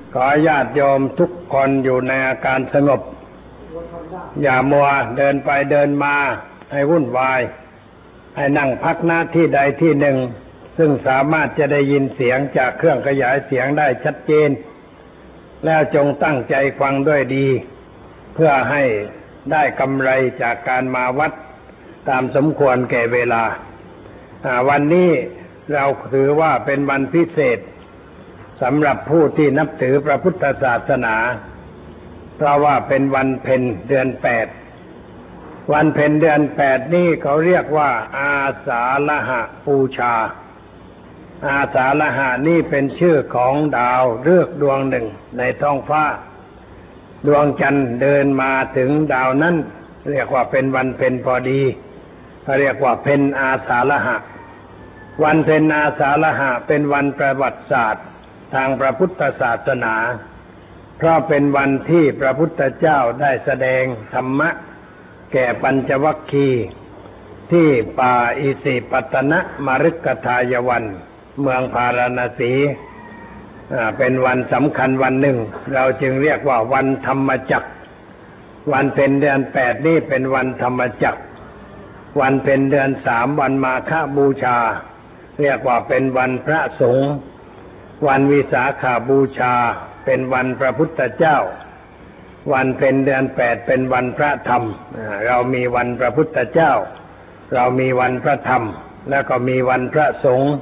ขอญาติโยมทุกคนอยู่ในอาการสงบอย่ามัวเดินไปเดินมาให้วุ่นวายให้นั่งพักหน้าที่ใดที่หนึ่งซึ่งสามารถจะได้ยินเสียงจากเครื่องขยายเสียงได้ชัดเจนแล้วจงตั้งใจฟังด้วยดีเพื่อให้ได้กำไรจากการมาวัดตามสมควรแก่เวลาวันนี้เราถือว่าเป็นวันพิเศษสำหรับผู้ที่นับถือพระพุทธศาสนาเพราะว่าเป็นวันเพ็ญเดือน8วันเพ็ญเดือน8นี่เขาเรียกว่าอาสาฬหบูชาอาสาฬหะนี่เป็นชื่อของดาวฤกษ์ดวงหนึ่งในท้องฟ้าดวงจันทร์เดินมาถึงดาวนั้นเรียกว่าเป็นวันเพ็ญพอดีเขาเรียกว่าเพ็ญอาสาฬหะวันเพ็ญอาสาฬหะเป็นวันประวัติศาสตร์ทางพระพุทธศาสนาเพราะเป็นวันที่พระพุทธเจ้าได้แสดงธรรมะแก่ปัญจวัคคีย์ที่ป่าอิสิปตนมฤคทายวันเมืองพาราณสีเป็นวันสำคัญวันหนึ่งเราจึงเรียกว่าวันธรรมจักรวันเพ็ญเดือน8นี่เป็นวันธรรมจักรวันเพ็ญเดือน3วันมาฆบูชาเรียกว่าเป็นวันพระสงฆ์วันวิสาขบูชาเป็นวันพระพุทธเจ้าวันเพ็ญเดือน8เป็นวันพระธรรมเรามีวันพระพุทธเจ้าเรามีวันพระธรรมแล้วก็มีวันพระสงฆ์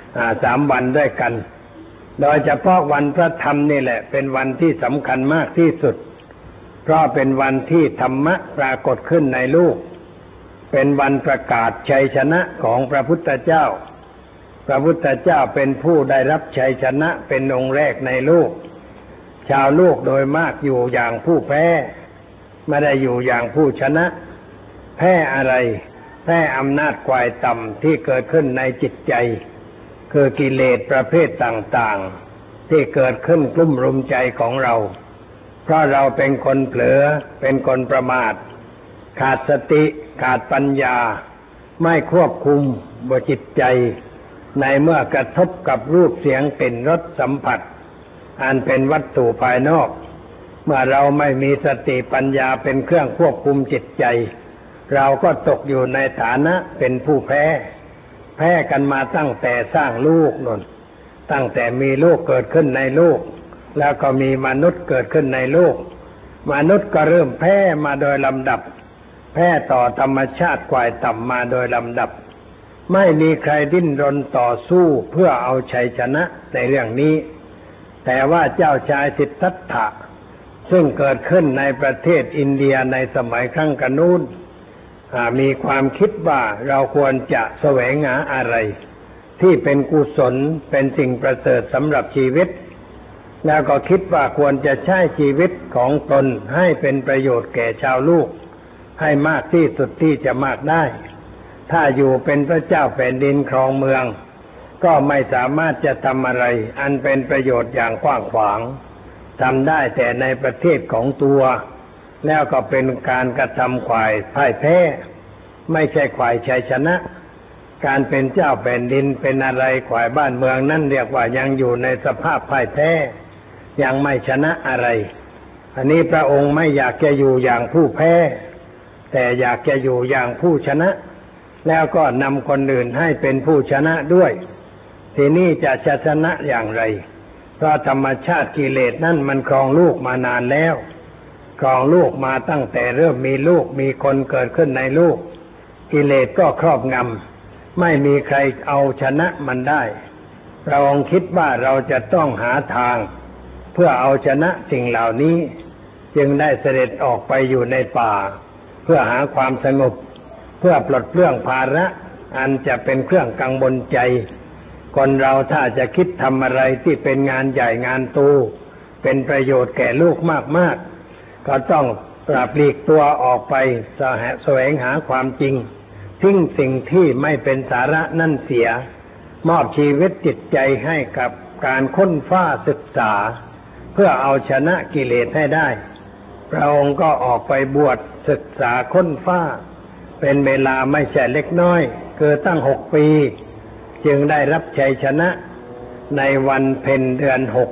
3วันด้วยกันโดยเฉพาะวันพระธรรมนี่แหละเป็นวันที่สำคัญมากที่สุดเพราะเป็นวันที่ธรรมะปรากฏขึ้นในโลกเป็นวันประกาศชัยชนะของพระพุทธเจ้าพระพุทธเจ้าเป็นผู้ได้รับชัยชนะเป็นองค์แรกในโลกชาวโลกโดยมากอยู่อย่างผู้แพ้ไม่ได้อยู่อย่างผู้ชนะแพ้อะไรแพ้อำนาจควายต่ำที่เกิดขึ้นในจิตใจคือกิเลสประเภทต่างๆที่เกิดขึ้นกลุ่มรุมใจของเราเพราะเราเป็นคนเผลอเป็นคนประมาทขาดสติขาดปัญญาไม่ควบคุมจิตใจในเมื่อกระทบกับรูปเสียงกลิ่นรสสัมผัสอันเป็นวัตถุภายนอกเมื่อเราไม่มีสติปัญญาเป็นเครื่องควบคุมจิตใจเราก็ตกอยู่ในฐานะเป็นผู้แพ้กันมาตั้งแต่สร้างลูกนั่นตั้งแต่มีลูกเกิดขึ้นในโลกแล้วก็มีมนุษย์เกิดขึ้นในโลกมนุษย์ก็เริ่มแพ้มาโดยลำดับแพ้ต่อธรรมชาติควายต่ำมาโดยลำดับไม่มีใครดิ้นรนต่อสู้เพื่อเอาชัยชนะในเรื่องนี้แต่ว่าเจ้าชายสิทธัตถะซึ่งเกิดขึ้นในประเทศอินเดียในสมัยครั้งกนู้นมีความคิดว่าเราควรจะแสวงหาอะไรที่เป็นกุศลเป็นสิ่งประเสริฐสำหรับชีวิตแล้วก็คิดว่าควรจะใช้ชีวิตของตนให้เป็นประโยชน์แก่ชาวโลกให้มากที่สุดที่จะมากได้ถ้าอยู่เป็นพระเจ้าแผ่นดินครองเมืองก็ไม่สามารถจะทำอะไรอันเป็นประโยชน์อย่างกว้างขวางทำได้แต่ในประเทศของตัวแล้วก็เป็นการกระทำขวายพ่ายแพ้ไม่ใช่ขวายชัยชนะการเป็นเจ้าแผ่นดินเป็นอะไรขวายบ้านเมืองนั่นเรียกว่ายังอยู่ในสภาพพ่ายแพ้ยังไม่ชนะอะไรอันนี้พระองค์ไม่อยากจะอยู่อย่างผู้แพ้แต่อยากจะอยู่อย่างผู้ชนะแล้วก็นำคนอื่นให้เป็นผู้ชนะด้วยทีนี้จะชนะอย่างไรเพราะธรรมชาติกิเลสนั่นมันครองโลกมานานแล้วครองโลกมาตั้งแต่เริ่มมีโลกมีคนเกิดขึ้นในโลกกิเลสก็ครอบงำไม่มีใครเอาชนะมันได้เราคิดว่าเราจะต้องหาทางเพื่อเอาชนะสิ่งเหล่านี้จึงได้เสด็จออกไปอยู่ในป่าเพื่อหาความสงบเพื่อปลดเปลื้องภาระอันจะเป็นเครื่องกังวลใจคนเราถ้าจะคิดทำอะไรที่เป็นงานใหญ่งานโตเป็นประโยชน์แก่ลูกมากๆก็ต้องปราบปลีกตัวออกไปแสวงหาความจริงทิ้งสิ่งที่ไม่เป็นสาระนั่นเสียมอบชีวิตจิตใจให้กับการค้นคว้าศึกษาเพื่อเอาชนะกิเลสให้ได้พระองค์ก็ออกไปบวชศึกษาค้นคว้าเป็นเวลาไม่ใช่เล็กน้อยคือตั้ง6 ปีจึงได้รับชัยชนะในวันเพ็ญเดือน6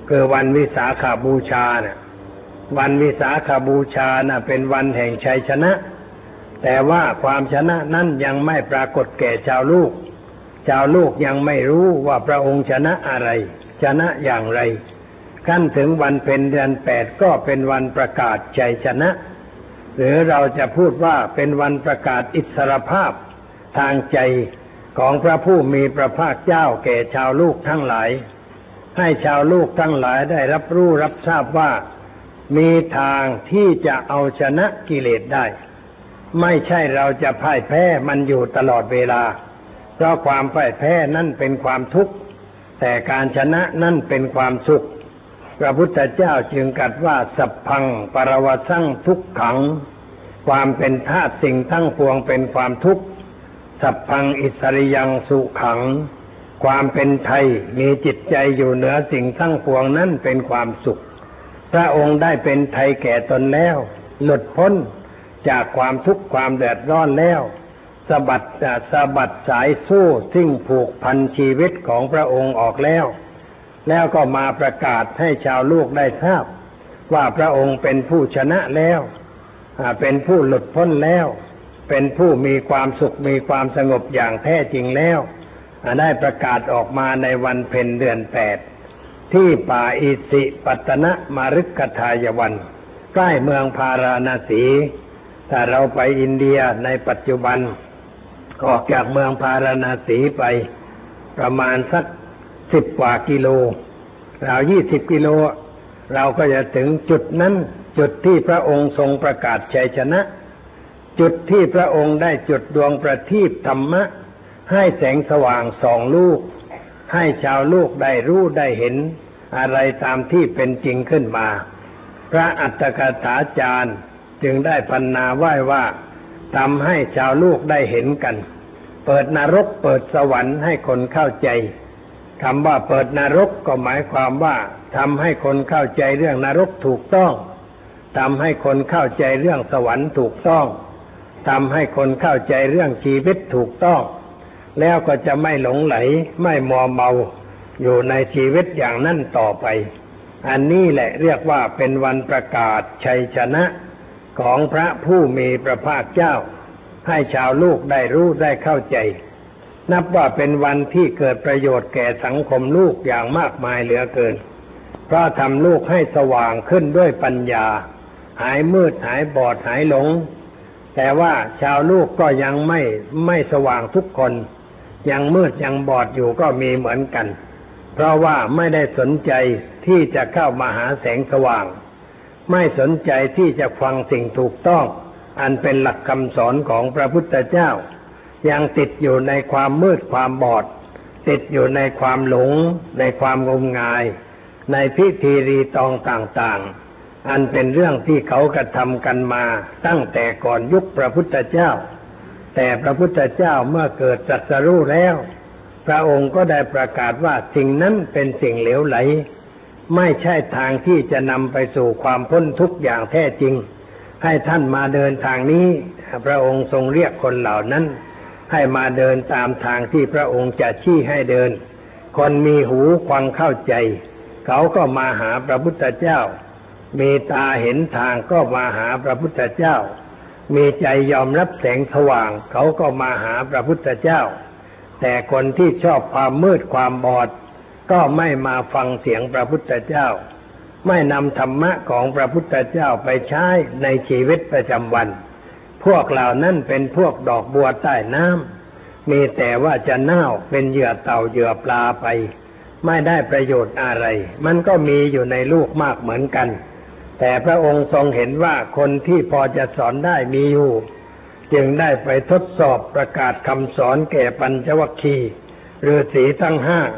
คือวันวิสาขบูชาเนี่ยวันวิสาขบูชาน่ะเป็นวันแห่งชัยชนะแต่ว่าความชนะนั้นยังไม่ปรากฏแก่ชาวลูกยังไม่รู้ว่าพระองค์ชนะอะไรชนะอย่างไรขั้นถึงวันเพ็ญเดือน8ก็เป็นวันประกาศชัยชนะหรือเราจะพูดว่าเป็นวันประกาศอิสรภาพทางใจของพระผู้มีพระภาคเจ้าแก่ชาวลูกทั้งหลายให้ชาวลูกทั้งหลายได้รับรู้รับทราบว่ามีทางที่จะเอาชนะกิเลสได้ไม่ใช่เราจะพ่ายแพ้มันอยู่ตลอดเวลาเพราะความพ่ายแพ้นั่นเป็นความทุกข์แต่การชนะนั่นเป็นความสุขพระพุทธเจ้าจึงตรัสว่าสัพพังปรวสังทุกขังความเป็นธาตุสิ่งทั้งปวงเป็นความทุกข์สัพพังอิสริยังสุขังความเป็นไทยมีจิตใจอยู่เหนือสิ่งทั้งปวงนั้นเป็นความสุขพระองค์ได้เป็นไทยแก่ตนแล้วหลุดพ้นจากความทุกข์ความเดือดร้อนแล้วสะบัดสายสู้สิ่งผูกพันชีวิตของพระองค์ออกแล้วก็มาประกาศให้ชาวลูกได้ทราบว่าพระองค์เป็นผู้ชนะแล้วเป็นผู้หลุดพ้นแล้วเป็นผู้มีความสุขมีความสงบอย่างแท้จริงแล้วได้ประกาศออกมาในวันเพ็ญเดือน8ที่ป่าอิสิปตนมฤคทายวันใกล้เมืองพาราณสีถ้าเราไปอินเดียในปัจจุบันออกจากเมืองพาราณสีไปประมาณสัก10 กว่ากิโลราว20 กิโลเราก็จะถึงจุดนั้นจุดที่พระองค์ทรงประกาศชัยชนะจุดที่พระองค์ได้จุดดวงประทีปธรรมะให้แสงสว่างส่องลูกให้ชาวลูกได้รู้ได้เห็นอะไรตามที่เป็นจริงขึ้นมาพระอัตถกถาจารย์จึงได้พรรณนาไว้ว่าทำให้ชาวลูกได้เห็นกันเปิดนรกเปิดสวรรค์ให้คนเข้าใจคำว่าเปิดนรกก็หมายความว่าทำให้คนเข้าใจเรื่องนรกถูกต้องทำให้คนเข้าใจเรื่องสวรรค์ถูกต้องทำให้คนเข้าใจเรื่องชีวิตถูกต้องแล้วก็จะไม่หลงไหลไม่มัวเมาอยู่ในชีวิตอย่างนั้นต่อไปอันนี้แหละเรียกว่าเป็นวันประกาศชัยชนะของพระผู้มีพระภาคเจ้าให้ชาวลูกได้รู้ได้เข้าใจนับว่าเป็นวันที่เกิดประโยชน์แก่สังคมลูกอย่างมากมายเหลือเกินเพราะทำลูกให้สว่างขึ้นด้วยปัญญาหายมืดหายบอดหายหลงแต่ว่าชาวลูกก็ยังไม่สว่างทุกคนยังมืดยังบอดอยู่ก็มีเหมือนกันเพราะว่าไม่ได้สนใจที่จะเข้ามาหาแสงสว่างไม่สนใจที่จะฟังสิ่งถูกต้องอันเป็นหลักคำสอนของพระพุทธเจ้ายังติดอยู่ในความมืดความบอดติดอยู่ในความหลงในความงมงายในพิธีรีตองต่างๆอันเป็นเรื่องที่เขากระทำกันมาตั้งแต่ก่อนยุคพระพุทธเจ้าแต่พระพุทธเจ้าเมื่อเกิดตรัสรู้แล้วพระองค์ก็ได้ประกาศว่าสิ่งนั้นเป็นสิ่งเหลวไหลไม่ใช่ทางที่จะนำไปสู่ความพ้นทุกข์อย่างแท้จริงให้ท่านมาเดินทางนี้พระองค์ทรงเรียกคนเหล่านั้นให้มาเดินตามทางที่พระองค์จะชี้ให้เดินคนมีหูฟังเข้าใจเขาก็มาหาพระพุทธเจ้ามีตาเห็นทางก็มาหาพระพุทธเจ้ามีใจยอมรับแสงสว่างเขาก็มาหาพระพุทธเจ้าแต่คนที่ชอบความมืดความบอดก็ไม่มาฟังเสียงพระพุทธเจ้าไม่นำธรรมะของพระพุทธเจ้าไปใช้ในชีวิตประจำวันพวกเหล่านั้นเป็นพวกดอกบัวใต้น้ำมีแต่ว่าจะเน่าเป็นเหยื่อเต่าเหยื่อปลาไปไม่ได้ประโยชน์อะไรมันก็มีอยู่ในลูกมากเหมือนกันแต่พระองค์ทรงเห็นว่าคนที่พอจะสอนได้มีอยู่จึงได้ไปทดสอบประกาศคำสอนแก่ปัญจวัคคีย์ฤาษีทั้ง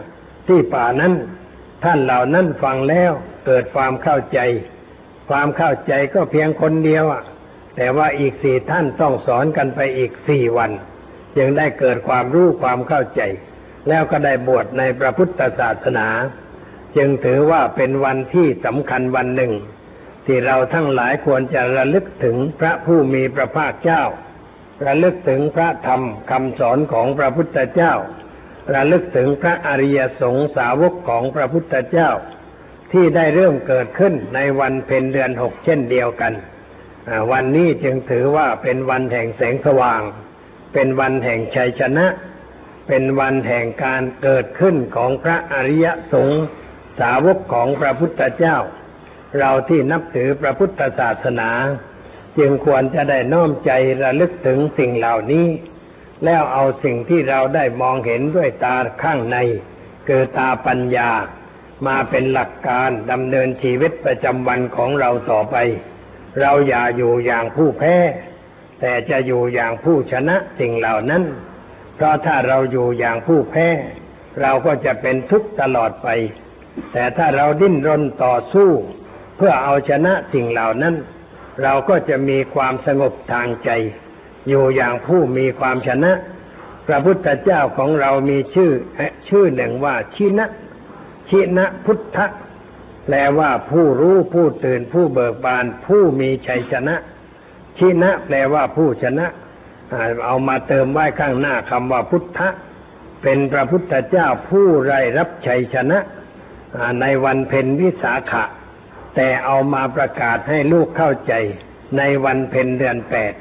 5ที่ป่านั้นท่านเหล่านั้นฟังแล้วเกิดความเข้าใจก็เพียงคนเดียวแต่ว่าอีก4ท่านต้องสอนกันไปอีก4 วันจึงได้เกิดความรู้ความเข้าใจแล้วก็ได้บวชในพระพุทธศาสนาจึงถือว่าเป็นวันที่สำคัญวันหนึ่งที่เราทั้งหลายควรจะระลึกถึงพระผู้มีพระภาคเจ้าระลึกถึงพระธรรมคำสอนของพระพุทธเจ้าระลึกถึงพระอริยสงฆ์สาวกของพระพุทธเจ้าที่ได้เริ่มเกิดขึ้นในวันเพ็ญเดือน 6เช่นเดียวกันวันนี้จึงถือว่าเป็นวันแห่งแสงสว่างเป็นวันแห่งชัยชนะเป็นวันแห่งการเกิดขึ้นของพระอริยสงฆ์สาวกของพระพุทธเจ้าเราที่นับถือพระพุทธศาสนาจึงควรจะได้น้อมใจระลึกถึงสิ่งเหล่านี้แล้วเอาสิ่งที่เราได้มองเห็นด้วยตาข้างในคือตาปัญญามาเป็นหลักการดำเนินชีวิตประจำวันของเราต่อไปเราอย่าอยู่อย่างผู้แพ้แต่จะอยู่อย่างผู้ชนะสิ่งเหล่านั้นเพราะถ้าเราอยู่อย่างผู้แพ้เราก็จะเป็นทุกข์ตลอดไปแต่ถ้าเราดิ้นรนต่อสู้เพื่อเอาชนะสิ่งเหล่านั้นเราก็จะมีความสงบทางใจอยู่อย่างผู้มีความชนะพระพุทธเจ้าของเรามีชื่อหนึ่งว่าชินะพุทธะแปลว่าผู้รู้ผู้ตื่นผู้เบิกบานผู้มีชัยชนะชินะแปลว่าผู้ชนะเอามาเติมไว้ข้างหน้าคำว่าพุทธะเป็นพระพุทธเจ้าผู้ได้รับชัยชนะในวันเพ็ญวิสาขะแต่เอามาประกาศให้ลูกเข้าใจในวันเพ็ญเดือน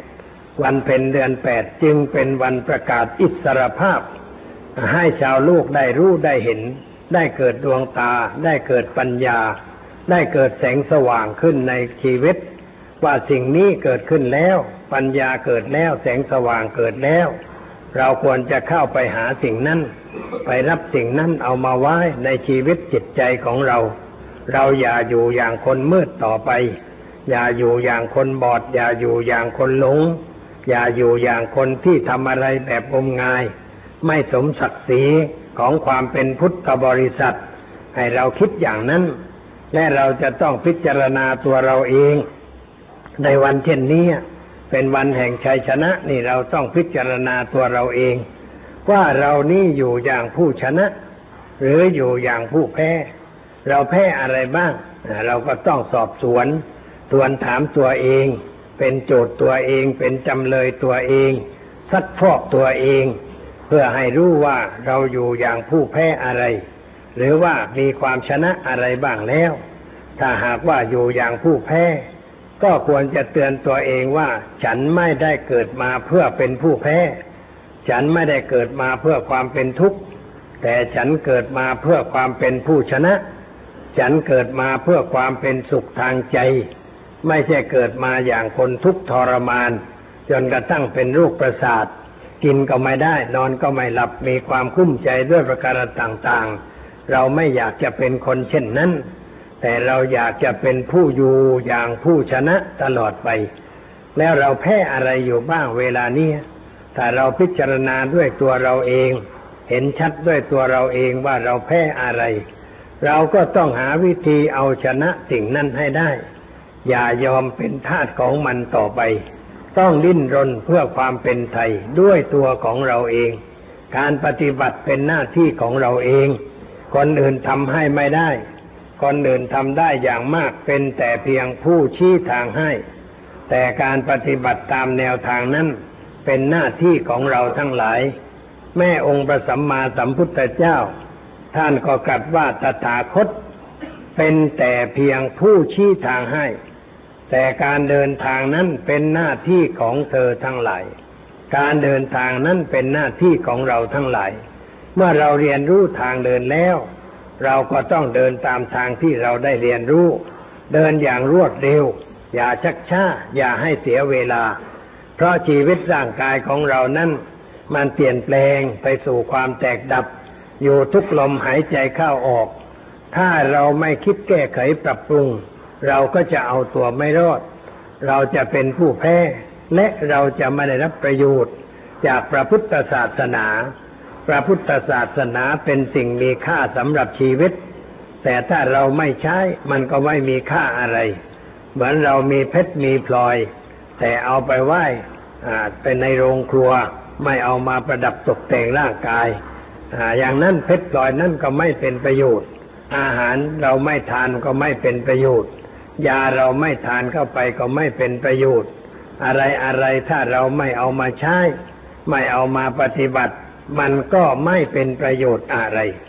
8วันเพ็ญเดือน 8จึงเป็นวันประกาศอิสรภาพให้ชาวโลกได้รู้ได้เห็นได้เกิดดวงตาได้เกิดปัญญาได้เกิดแสงสว่างขึ้นในชีวิตว่าสิ่งนี้เกิดขึ้นแล้วปัญญาเกิดแล้วแสงสว่างเกิดแล้วเราควรจะเข้าไปหาสิ่งนั้นไปรับสิ่งนั้นเอามาไว้ในชีวิตจิตใจของเราอย่าอยู่อย่างคนมืดต่อไปอย่าอยู่อย่างคนบอดอย่าอยู่อย่างคนหลงอย่าอยู่อย่างคนที่ทำอะไรแบบงมงายไม่สมศักดิ์ศรีของความเป็นพุทธบริษัทให้เราคิดอย่างนั้นและเราจะต้องพิจารณาตัวเราเองในวันเช่นนี้เป็นวันแห่งชัยชนะนี่เราต้องพิจารณาตัวเราเองว่าเรานี่อยู่อย่างผู้ชนะหรืออยู่อย่างผู้แพ้เราแพ้อะไรบ้างเราก็ต้องสอบสวนทวนถามตัวเองเป็นโจทย์ตัวเองเป็นจำเลยตัวเองซักฟอกตัวเองเพื่อให้รู้ว่าเราอยู่อย่างผู้แพ้อะไรหรือว่ามีความชนะอะไรบ้างแล้วถ้าหากว่าอยู่อย่างผู้แพ้ก็ควรจะเตือนตัวเองว่าฉันไม่ได้เกิดมาเพื่อเป็นผู้แพ้ฉันไม่ได้เกิดมาเพื่อความเป็นทุกข์แต่ฉันเกิดมาเพื่อความเป็นผู้ชนะฉันเกิดมาเพื่อความเป็นสุขทางใจไม่ใช่เกิดมาอย่างคนทุกข์ทรมานจนกระทั่งเป็นโรคประสาทกินก็ไม่ได้นอนก็ไม่หลับมีความกุ้มใจด้วยประการต่างๆเราไม่อยากจะเป็นคนเช่นนั้นแต่เราอยากจะเป็นผู้อยู่อย่างผู้ชนะตลอดไปแล้วเราแพ้อะไรอยู่บ้างเวลานี้ถ้าเราพิจารณาด้วยตัวเราเองเห็นชัดด้วยตัวเราเองว่าเราแพ้อะไรเราก็ต้องหาวิธีเอาชนะสิ่งนั้นให้ได้อย่ายอมเป็นทาสของมันต่อไปต้องดิ้นรนเพื่อความเป็นไทยด้วยตัวของเราเองการปฏิบัติเป็นหน้าที่ของเราเองคนอื่นทำให้ไม่ได้คนอื่นทำได้อย่างมากเป็นแต่เพียงผู้ชี้ทางให้แต่การปฏิบัติตามแนวทางนั้นเป็นหน้าที่ของเราทั้งหลายแม่องค์พระสัมมาสัมพุทธเจ้าท่านก็ตรัสว่าตถาคตเป็นแต่เพียงผู้ชี้ทางให้แต่การเดินทางนั้นเป็นหน้าที่ของเธอทั้งหลายการเดินทางนั้นเป็นหน้าที่ของเราทั้งหลายเมื่อเราเรียนรู้ทางเดินแล้วเราก็ต้องเดินตามทางที่เราได้เรียนรู้เดินอย่างรวดเร็วอย่าชักช้าอย่าให้เสียเวลาเพราะชีวิตร่างกายของเรานั้นมันเปลี่ยนแปลงไปสู่ความแตกดับอยู่ทุกลมหายใจเข้าออกถ้าเราไม่คิดแก้ไขปรับปรุงเราก็จะเอาตัวไม่รอดเราจะเป็นผู้แพ้และเราจะไม่ได้รับประโยชน์จากพระพุทธศาสนาพระพุทธศาสนาเป็นสิ่งมีค่าสำหรับชีวิตแต่ถ้าเราไม่ใช้มันก็ไม่มีค่าอะไรเหมือนเรามีเพชรมีพลอยแต่เอาไปไหว้เป็นในโรงครัวไม่เอามาประดับตกแต่งร่างกายอย่างนั้นเพชรพลอยนั้นก็ไม่เป็นประโยชน์อาหารเราไม่ทานก็ไม่เป็นประโยชน์ยาเราไม่ทานเข้าไปก็ไม่เป็นประโยชน์อะไรถ้าเราไม่เอามาใช้ไม่เอามาปฏิบัติมันก็ไม่เป็นประโยชน์อะไรเพ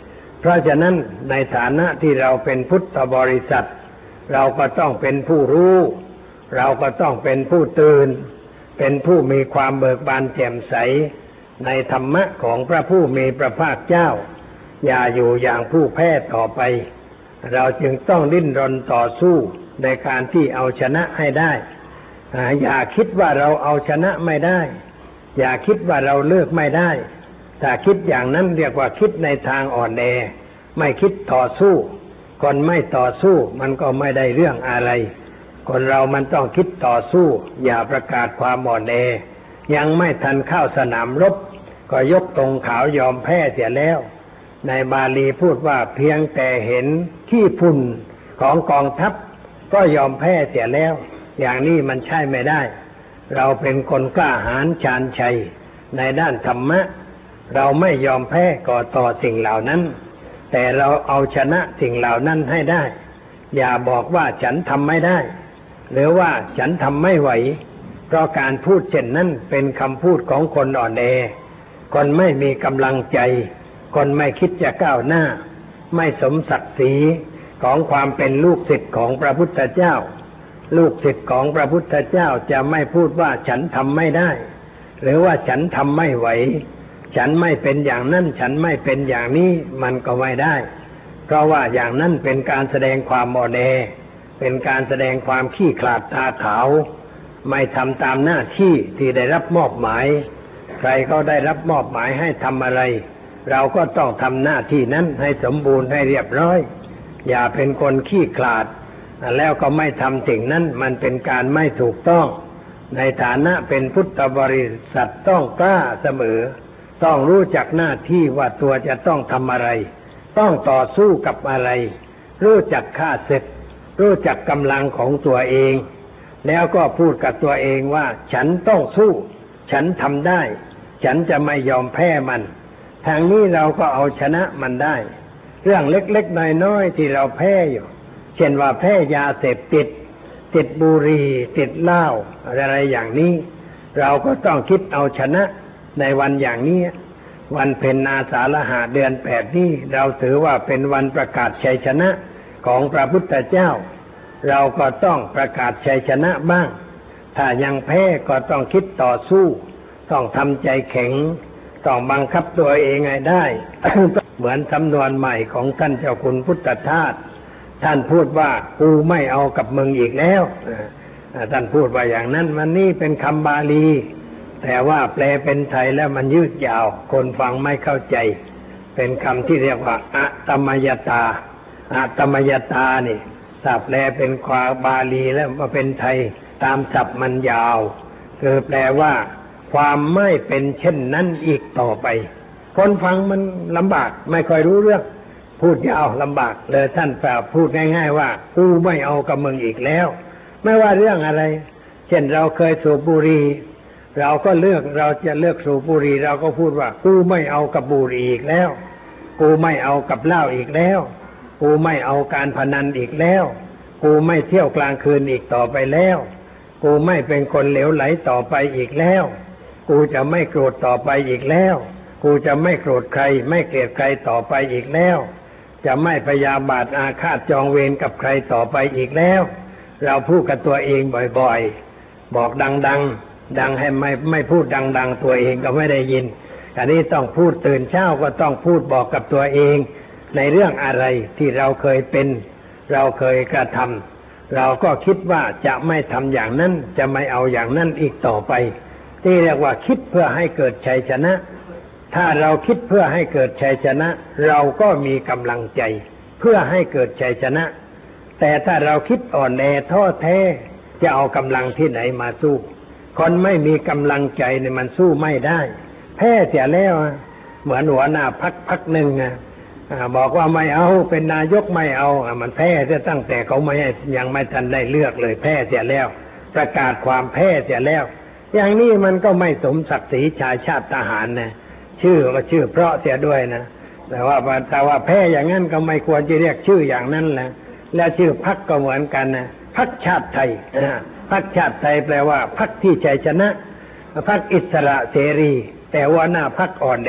เพราะฉะนั้นในฐานะที่เราเป็นพุทธบริษัทเราก็ต้องเป็นผู้รู้เราก็ต้องเป็นผู้ตื่นเป็นผู้มีความเบิกบานแจ่มใสในธรรมะของพระผู้มีพระภาคเจ้าอย่าอยู่อย่างผู้แพ้ต่อไปเราจึงต้องดิ้นรนต่อสู้ในการที่เอาชนะให้ได้อย่าคิดว่าเราเอาชนะไม่ได้อย่าคิดว่าเราเลิกไม่ได้ถ้าคิดอย่างนั้นเรียกว่าคิดในทางอ่อนแอไม่คิดต่อสู้คนไม่ต่อสู้มันก็ไม่ได้เรื่องอะไรคนเรามันต้องคิดต่อสู้อย่าประกาศความอ่อนแอยังไม่ทันเข้าสนามรบก็ยกธงขาวยอมแพ้เสียแล้วในบาลีพูดว่าเพียงแต่เห็นขี้ฝุ่นของกองทัพก็ยอมแพ้เสียแล้วอย่างนี้มันใช่ไม่ได้เราเป็นคนกล้าหาญชาญชัยในด้านธรรมะเราไม่ยอมแพ้ก่อต่อสิ่งเหล่านั้นแต่เราเอาชนะสิ่งเหล่านั้นให้ได้อย่าบอกว่าฉันทำไม่ได้หรือว่าฉันทำไม่ไหวเพราะการพูดเช่นนั้นเป็นคำพูดของคนอ่อนแอคนไม่มีกำลังใจคนไม่คิดจะก้าวหน้าไม่สมศักดิ์ศรีของความเป็นลูกศิษย์ของพระพุทธเจ้าลูกศิษย์ของพระพุทธเจ้าจะไม่พูดว่าฉันทำไม่ได้หรือว่าฉันทำไม่ไหวฉันไม่เป็นอย่างนั้นฉันไม่เป็นอย่างนี้มันก็ไม่ได้เพราะว่าอย่างนั้นเป็นการแสดงความอ่อนแอเป็นการแสดงความขี้ขลาดตาขาวไม่ทำตามหน้าที่ที่ได้รับมอบหมายใครก็ได้รับมอบหมายให้ทำอะไรเราก็ต้องทำหน้าที่นั้นให้สมบูรณ์ให้เรียบร้อยอย่าเป็นคนขี้ขลาดแล้วก็ไม่ทำสิ่งนั้นมันเป็นการไม่ถูกต้องในฐานะเป็นพุทธบริษัทต้องกล้าเสมอต้องรู้จักหน้าที่ว่าตัวจะต้องทำอะไรต้องต่อสู้กับอะไรรู้จักค่าศึกรู้จักกำลังของตัวเองแล้วก็พูดกับตัวเองว่าฉันต้องสู้ฉันทำได้ฉันจะไม่ยอมแพ้มันทางนี้เราก็เอาชนะมันได้เรื่องเล็กๆน้อยๆที่เราแพ้อยู่เช่นว่าแพ้ยาเสพติดติดบุหรี่ติดเหล้าอะไรอย่างนี้เราก็ต้องคิดเอาชนะในวันอย่างนี้วันเพ็ญอาสาฬหะเดือน8นี้เราถือว่าเป็นวันประกาศชัยชนะของพระพุทธเจ้าเราก็ต้องประกาศชัยชนะบ้างถ้ายังแพ้ก็ต้องคิดต่อสู้ต้องทำใจแข็งต้องบังคับตัวเองให้ได้ เหมือนสำนวนใหม่ของท่านเจ้าคุณพุทธทาสท่านพูดว่ากูไม่เอากับมึงอีกแล้วท่านพูดว่าอย่างนั้นมันนี่เป็นคำบาลีแต่ว่าแปลเป็นไทยแล้วมันยืดยาวคนฟังไม่เข้าใจเป็นคำที่เรียกว่าอะตมยตาอะตมยตานี่ถ้าแปลเป็นความบาลีแล้วมาเป็นไทยตามศัพท์มันยาวคือแปลว่าความไม่เป็นเช่นนั้นอีกต่อไปคนฟังมันลำบากไม่ค่อยรู้เรื่องพูดยาวลำบากเลยท่านฝากพูดง่ายๆว่ากูไม่เอากับมึงอีกแล้วไม่ว่าเรื่องอะไรเช่นเราเคยสูบบุหรี่เราก็เราจะเลิกสูบบุหรี่เราก็พูดว่ากูไม่เอากับบุหรี่อีกแล้วกูไม่เอากับเหล้าอีกแล้วกูไม่เอาการพนันอีกแล้วกูไม่เที่ยวกลางคืนอีกต่อไปแล้วกูไม่เป็นคนเหลวไหลต่อไปอีกแล้วกูจะไม่โกรธต่อไปอีกแล้วกูจะไม่โกรธใครไม่เกลียดใครต่อไปอีกแล้วจะไม่พยาบาทอาฆาตจองเวรกับใครต่อไปอีกแล้วเราพูดกับตัวเองบ่อยๆบอกดังให้ไม่พูดดังตัวเองก็ไม่ได้ยินอันนี้ต้องพูดตื่นเช้าก็ต้องพูดบอกกับตัวเองในเรื่องอะไรที่เราเคยเป็นเราเคยกระทำเราก็คิดว่าจะไม่ทำอย่างนั้นจะไม่เอาอย่างนั้นอีกต่อไปที่เรียกว่าคิดเพื่อให้เกิดชัยชนะถ้าเราคิดเพื่อให้เกิดชัยชนะเราก็มีกำลังใจเพื่อให้เกิดชัยชนะแต่ถ้าเราคิดอ่อนแอท้อแท้จะเอากำลังที่ไหนมาสู้คนไม่มีกำลังใจเนี่ยมันสู้ไม่ได้แพ้เสียแล้วเหมือนหัวหน้าพรรคหนึ่งบอกว่าไม่เอาเป็นนายกไม่เอามันแพ้เสียตั้งแต่เขายังไม่ทันได้เลือกเลยแพ้เสียแล้วประกาศความแพ้เสียแล้วอย่างนี้มันก็ไม่สมศักดิ์ศรีชายชาติทหารนะชื่อก็ชื่อเพราะเสียด้วยนะแต่ว่าแพ้อย่างนั้นก็ไม่ควรจะเรียกชื่ออย่างนั้นแหละและชื่อพรรคก็เหมือนกันนะพรรคชาติไทยพรรคชาติไทยแปลว่าพรรคที่ชัยชนะพรรคอิสระเสรีแต่ว่าหน้าพรรคอ่อนแอ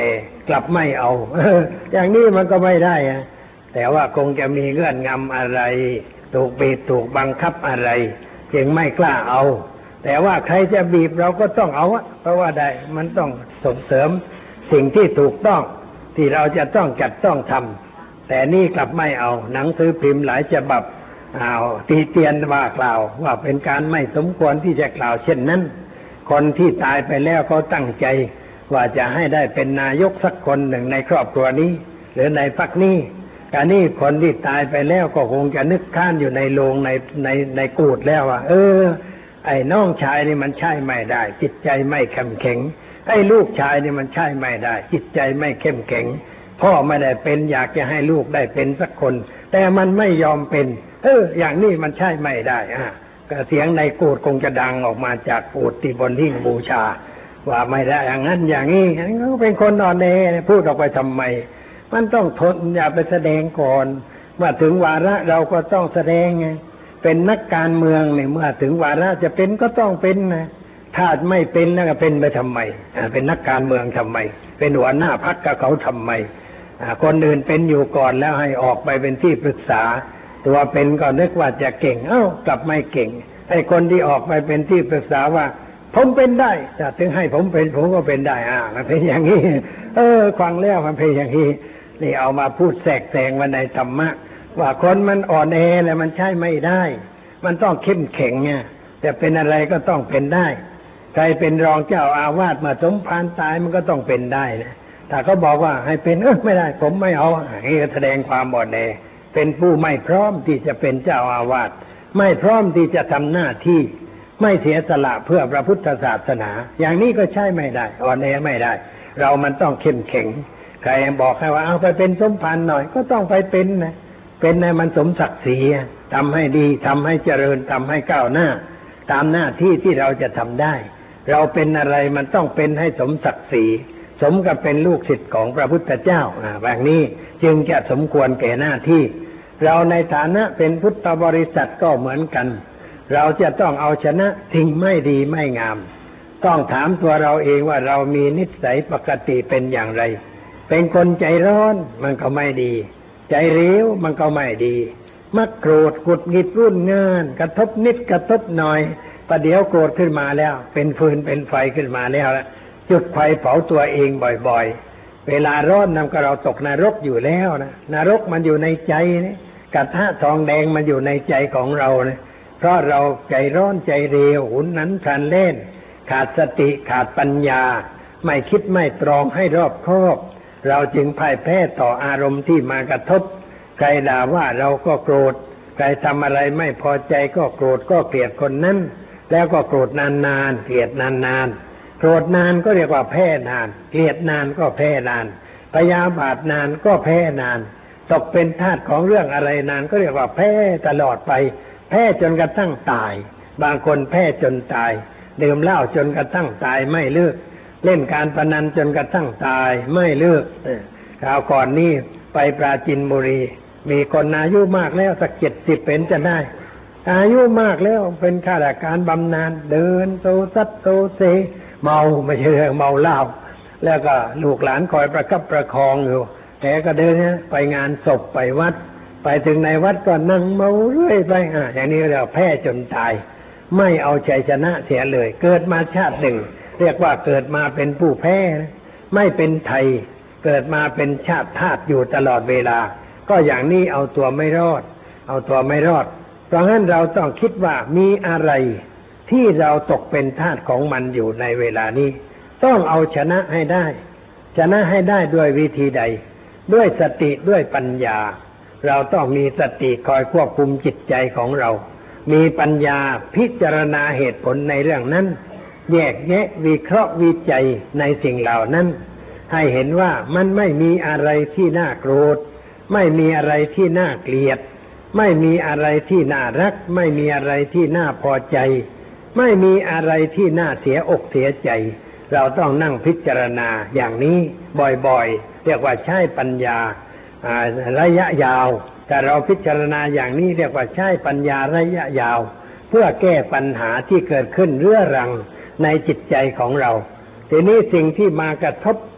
กลับไม่เอา อย่างนี้มันก็ไม่ได้อะแต่ว่าคงจะมีเงื่อนงำอะไรถูกบีบถูกบังคับอะไรจึงไม่กล้าเอาแต่ว่าใครจะบีบเราก็ต้องเอาเพราะว่าได้มันต้องส่งเสริมสิ่งที่ถูกต้องที่เราจะต้องจัดต้องทำแต่นี่กลับไม่เอาหนังสือพิมพ์หลายฉบับตีเตียนว่ากล่าวว่าเป็นการไม่สมควรที่จะกล่าวเช่นนั้นคนที่ตายไปแล้วเขาตั้งใจว่าจะให้ได้เป็นนายกสักคนหนึ่งในครอบครัวนี้หรือในพรรคนี้การนี้คนที่ตายไปแล้วก็คงจะนึกค้านอยู่ในโรงในกูฏแล้วว่าไอ้น้องชายนี่มันใช่ไม่ได้จิตใจไม่เข้มแข็งไอ้ลูกชายนี่มันใช่ไม่ได้จิตใจไม่เข้มแข็งพ่อไม่ได้เป็นอยากจะให้ลูกได้เป็นสักคนแต่มันไม่ยอมเป็นอย่างนี้มันใช่ไม่ได้ก็เสียงในกูฏคงจะดังออกมาจากกูฏที่บนหิ้งบูชาว่าไม่ได้อย่างนั้นอย่างนี้เขาเป็นคนอ่อนแอพูดออกไปทำไมมันต้องทนอย่าไปแสดงก่อนว่าถึงวาระเราก็ต้องแสดงไงเป็นนักการเมืองเนี่ยเมื่อถึงวาระจะเป็นก็ต้องเป็นนะถ้าไม่เป็นแล้วก็เป็นไปทำไมเป็นนักการเมืองทำไมเป็นหัวหน้าพรรคกับเขาทำไมคนอื่นเป็นอยู่ก่อนแล้วให้ออกไปเป็นที่ปรึกษาตัวเป็นก็นึกว่าจะเก่งกลับไม่เก่งไอ้คนที่ออกไปเป็นที่ปรึกษาว่าผมเป็นได้แต่ถึงให้ผมเป็นผมก็เป็นได้มันเป็นอย่างนี้ฟังแล้วมันเป็นอย่างนี้นี่เอามาพูดแทรกแซงมาในธรรมะว่าคนมันอ่อนแอแล้วมันใช่ไม่ได้มันต้องเข้มแข็งไงแต่เป็นอะไรก็ต้องเป็นได้ใครเป็นรองเจ้าอาวาสมาสมภารตายมันก็ต้องเป็นได้นะถ้าเขาบอกว่าให้เป็นไม่ได้ผมไม่เอาอย่างนี้ก็แสดงความอ่อนแอเป็นผู้ไม่พร้อมที่จะเป็นเจ้าอาวาสไม่พร้อมที่จะทำหน้าที่ไม่เสียสละเพื่อพระพุทธศาสนาอย่างนี้ก็ใช่ไม่ได้อ่อนแอไม่ได้เรามันต้องเข้มแข็งใครบอกให้ว่าเอาไปเป็นสมภารหน่อยก็ต้องไปเป็นนะเป็นในมันสมศักดิ์ศรีทำให้ดีทำให้เจริญทำให้ก้าวหน้าตามหน้าที่ที่เราจะทำได้เราเป็นอะไรมันต้องเป็นให้สมศักดิ์ศรีสมกับเป็นลูกศิษย์ของพระพุทธเจ้าแบบนี้จึงจะสมควรแก่หน้าที่เราในฐานะเป็นพุทธบริษัทก็เหมือนกันเราจะต้องเอาชนะสิ่งไม่ดีไม่งามต้องถามตัวเราเองว่าเรามีนิสัยปกติเป็นอย่างไรเป็นคนใจร้อนมันก็ไม่ดีใจเร็วมันก็ไม่ดีมักโกรธกุดหงิดรุ่นงานกระทบนิดกระทบหน่อยประเดี๋ยวโกรธขึ้นมาแล้วเป็นฟืนเป็นไฟขึ้นมาแล้วจุดไฟเผาตัวเองบ่อยๆเวลาร้อนนำก็เราตกนรกอยู่แล้วนะนรกมันอยู่ในใจนี่กระทะทองแดงมันอยู่ในใจของเรานะเพราะเราใจร้อนใจเร็วหุนนั้นพลันเล่นขาดสติขาดปัญญาไม่คิดไม่ตรองให้รอบคอบเราจึงพ่ายแพ้ต่ออารมณ์ที่มากระทบใครด่าว่าเราก็โกรธใครทำอะไรไม่พอใจก็โกรธก็เกลียดคนนั้นแล้วก็โกรธนานๆเกลียดนานๆโกรธนานก็เรียกว่าแพ้นานเกลียดนานก็แพ้นานพยาบาทนานก็แพ้นานตกเป็นทาสของเรื่องอะไรนานก็เรียกว่าแพ้ตลอดไปแพ้จนกระทั่งตายบางคนแพ้จนตายดื่มเหล้าจนกระทั่งตายไม่เลิกเล่นการพนันจนกระทั่งตายไม่เลิกคราวก่อนนี้ไปปราจีนบุรีมีคนอายุมากแล้วสัก70เป็นจะได้อายุมากแล้วเป็นข้าราชการบำนาญเดินโซซัดโซเซเมาไม่ใช่เรื่องเมาเหล้าแล้วก็ลูกหลานคอยประคับประคองอยู่แต่ก็เดินไปงานศพไปวัดไปถึงในวัดก็นั่งเมาเรื่อยไปอย่างนี้เราแพ้จนตายไม่เอาชัยชนะเสียเลยเกิดมาชาติหนึ่งเรียกว่าเกิดมาเป็นผู้แพ้ไม่เป็นไทยเกิดมาเป็นชาติทาสอยู่ตลอดเวลาก็อย่างนี้เอาตัวไม่รอดเอาตัวไม่รอดเพราะฉะนั้นเราต้องคิดว่ามีอะไรที่เราตกเป็นทาสของมันอยู่ในเวลานี้ต้องเอาชนะให้ได้ชนะให้ได้ด้วยวิธีใดด้วยสติด้วยปัญญาเราต้องมีสติคอยควบคุมจิตใจของเรามีปัญญาพิจารณาเหตุผลในเรื่องนั้นแยกแยะวิเคราะห์วิจัยในสิ่งเหล่านั้นให้เห็นว่ามันไม่มีอะไรที่น่าโกรธไม่มีอะไรที่น่าเกลียดไม่มีอะไรที่น่ารักไม่มีอะไรที่น่าพอใจไม่มีอะไรที่น่าเสียอกเสียใจเราต้องนั่งพิจารณาอย่างนี้บ่อยๆเรียกว่าใช้ปัญญาระยะยาวแต่เราพิจารณาอย่างนี้เรียกว่าใช้ปัญญาระยะยาวเพื่อแก้ปัญหาที่เกิดขึ้นเรื้อรังในจิตใจของเราทีนี้สิ่งที่มากระทบ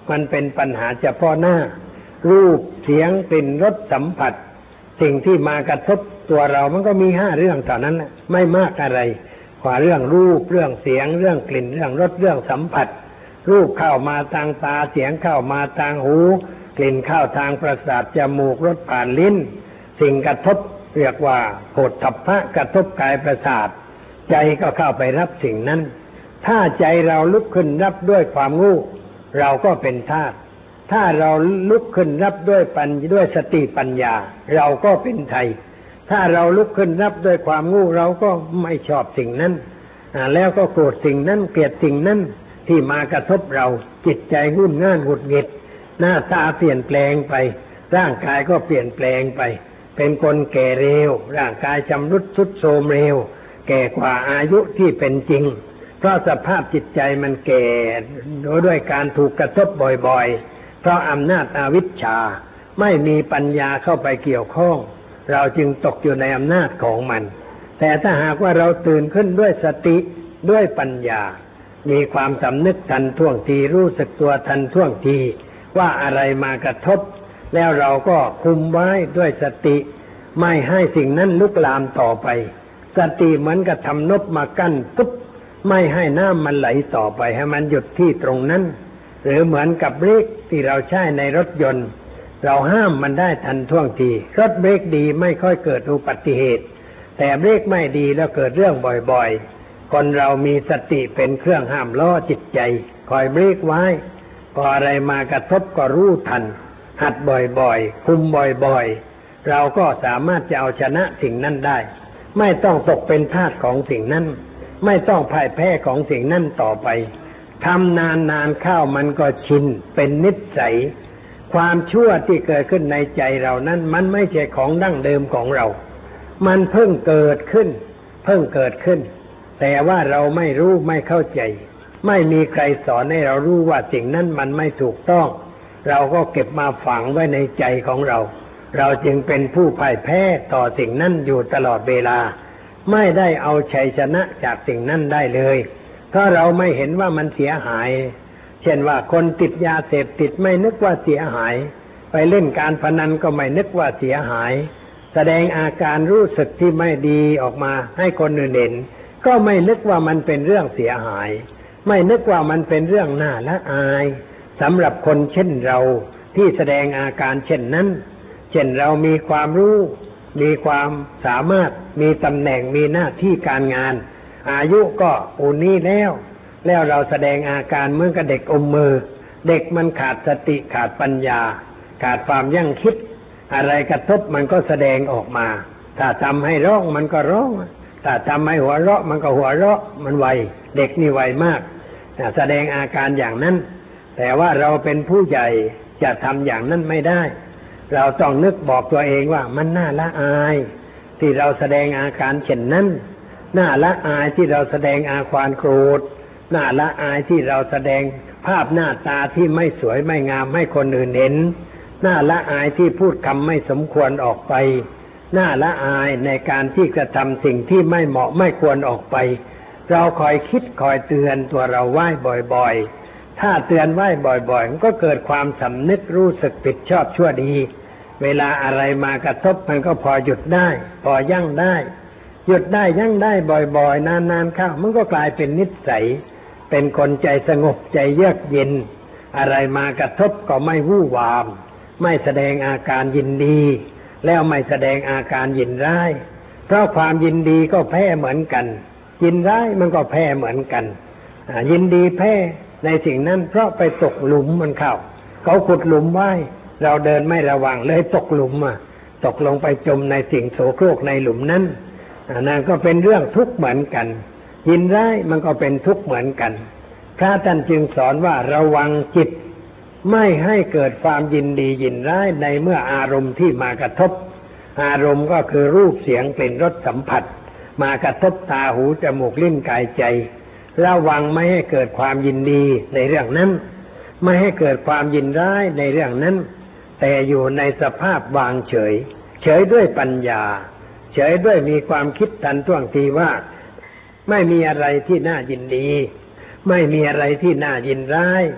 มันเป็นปัญหาเฉพาะหน้ารูปเสียงกลิ่นรสสัมผัสสิ่งที่มากระทบตัวเรามันก็มี5 เรื่องเท่านั้นแหละไม่มากอะไรกว่าเรื่องรูปเรื่องเสียงเรื่องกลิ่นเรื่องรสเรื่องสัมผัสรูปเข้ามาทางตาเสียงเข้ามาทางหูกลิ่นเข้าทางประสาทจมูกรสผ่านลิ้นสิ่งกระทบเรียกว่าโผฏฐัพพะกระทบกายประสาทใจก็เข้าไปรับสิ่งนั้นถ้าใจเราลุกขึ้นรับด้วยความโง่เราก็เป็นทาสถ้าเราลุกขึ้นรับด้วยสติปัญญาเราก็เป็นไทยถ้าเราลุกขึ้นรับด้วยความโง่เราก็ไม่ชอบสิ่งนั้นแล้วก็โกรธสิ่งนั้นเกลียดสิ่งนั้นที่มากระทบเราจิตใจงุ่นง่านหงุดหงิดหน้าตาเปลี่ยนแปลงไปร่างกายก็เปลี่ยนแปลงไปเป็นคนแก่เร็วร่างกายชำรุดทรุดโทรมเร็วแก่กว่าอายุที่เป็นจริงเพราะสภาพจิตใจมันแก่ด้วยการถูกกระทบบ่อยๆเพราะอำนาจอวิชชาไม่มีปัญญาเข้าไปเกี่ยวข้องเราจึงตกอยู่ในอำนาจของมันแต่ถ้าหากว่าเราตื่นขึ้นด้วยสติด้วยปัญญามีความสำนึกทันท่วงทีรู้สึกตัวทันท่วงทีว่าอะไรมากระทบแล้วเราก็คุมไว้ด้วยสติไม่ให้สิ่งนั้นลุกลามต่อไปสติเหมือนกับทำนบมากั้นปุ๊บไม่ให้น้ำมันไหลต่อไปให้มันหยุดที่ตรงนั้นหรือเหมือนกับเบรกที่เราใช้ในรถยนต์เราห้ามมันได้ทันท่วงทีรถเบรกดีไม่ค่อยเกิดอุบัติเหตุแต่เบรกไม่ดีแล้วเกิดเรื่องบ่อยๆคนเรามีสติเป็นเครื่องห้ามล้อจิตใจคอยเบรกไว้พออะไรมากระทบก็รู้ทันหัดบ่อยๆคุมบ่อยๆเราก็สามารถจะเอาชนะสิ่งนั้นได้ไม่ต้องตกเป็นทาสของสิ่งนั้นไม่ต้องพ่ายแพ้ของสิ่งนั้นต่อไปทำนานๆเข้ามันก็ชินเป็นนิสัยความชั่วที่เกิดขึ้นในใจเรานั้นมันไม่ใช่ของดั้งเดิมของเรามันเพิ่งเกิดขึ้นแต่ว่าเราไม่รู้ไม่เข้าใจไม่มีใครสอนให้เรารู้ว่าสิ่งนั้นมันไม่ถูกต้องเราก็เก็บมาฝังไว้ในใจของเราเราจึงเป็นผู้พ่ายแพ้ต่อสิ่งนั้นอยู่ตลอดเวลาไม่ได้เอาชัยชนะจากสิ่งนั้นได้เลยเพราะเราไม่เห็นว่ามันเสียหายเช่นว่าคนติดยาเสพติดไม่นึกว่าเสียหายไปเล่นการพนันก็ไม่นึกว่าเสียหายแสดงอาการรู้สึกที่ไม่ดีออกมาให้คนอื่นเห็นก็ไม่นึกว่ามันเป็นเรื่องเสียหายไม่นึกว่ามันเป็นเรื่องน่าละอายสำหรับคนเช่นเราที่แสดงอาการเช่นนั้นเช่นเรามีความรู้มีความสามารถมีตำแหน่งมีหน้าที่การงานอายุก็ปูนนี้แล้วเราแสดงอาการเหมือนกับเด็กอมมือเด็กมันขาดสติขาดปัญญาขาดความยั้งคิดอะไรกระทบมันก็แสดงออกมาถ้าทำให้ร้องมันก็ร้องถ้าทำให้หัวเราะมันก็หัวเราะมันไวเด็กนี่ไวมากแสดงอาการอย่างนั้นแต่ว่าเราเป็นผู้ใหญ่จะทำอย่างนั้นไม่ได้เราต้องนึกบอกตัวเองว่ามันน่าละอายที่เราแสดงอาการเช่นนั้นน่าละอายที่เราแสดงอาการโกรธน่าละอายที่เราแสดงภาพหน้าตาที่ไม่สวยไม่งามให้คนอื่นเห็นน่าละอายที่พูดคำไม่สมควรออกไปน่าละอายในการที่กระทำสิ่งที่ไม่เหมาะไม่ควรออกไปเราคอยคิดคอยเตือนตัวเราไว้บ่อยๆถ้าเตือนไว้บ่อยๆมันก็เกิดความสำนึกรู้สึกผิดชอบชั่วดีเวลาอะไรมากระทบมันก็พอหยุดได้พอยั้งได้หยุดได้ยั้งได้บ่อยๆนานๆเข้ามันก็กลายเป็นนิสัยเป็นคนใจสงบใจเยือกเย็นอะไรมากระทบก็ไม่วู่วามไม่แสดงอาการยินดีแล้วไม่แสดงอาการยินร้ายเพราะความยินดีก็แพ้เหมือนกันยินร้ายมันก็แพ้เหมือนกันยินดีแพ้ในสิ่งนั้นเพราะไปตกหลุมมันเข้าเขาขุดหลุมไว้เราเดินไม่ระวังเลยตกหลุมตกลงไปจมในสิ่งโสโครกในหลุมนั้นนั่นก็เป็นเรื่องทุกข์เหมือนกันยินร้ายมันก็เป็นทุกข์เหมือนกันพระท่านจึงสอนว่าระวังจิตไม่ให้เกิดความยินดียินร้ายในเมื่ออารมณ์ที่มากระทบอารมณ์ก็คือรูปเสียงกลิ่นรสสัมผัสมากระทบตาหูจมูกลิ้นกายใจระวังไม่ให้เกิดความยินดีในเรื่องนั้นไม่ให้เกิดความยินร้ายในเรื่องนั้นแต่อยู่ในสภาพวางเฉยเฉยด้วยปัญญาเฉยด้วยมีความคิดทันท่วงทีว่าไม่มีอะไรที่น่ายินดีไม่มีอะไรที่น่ายินร้าย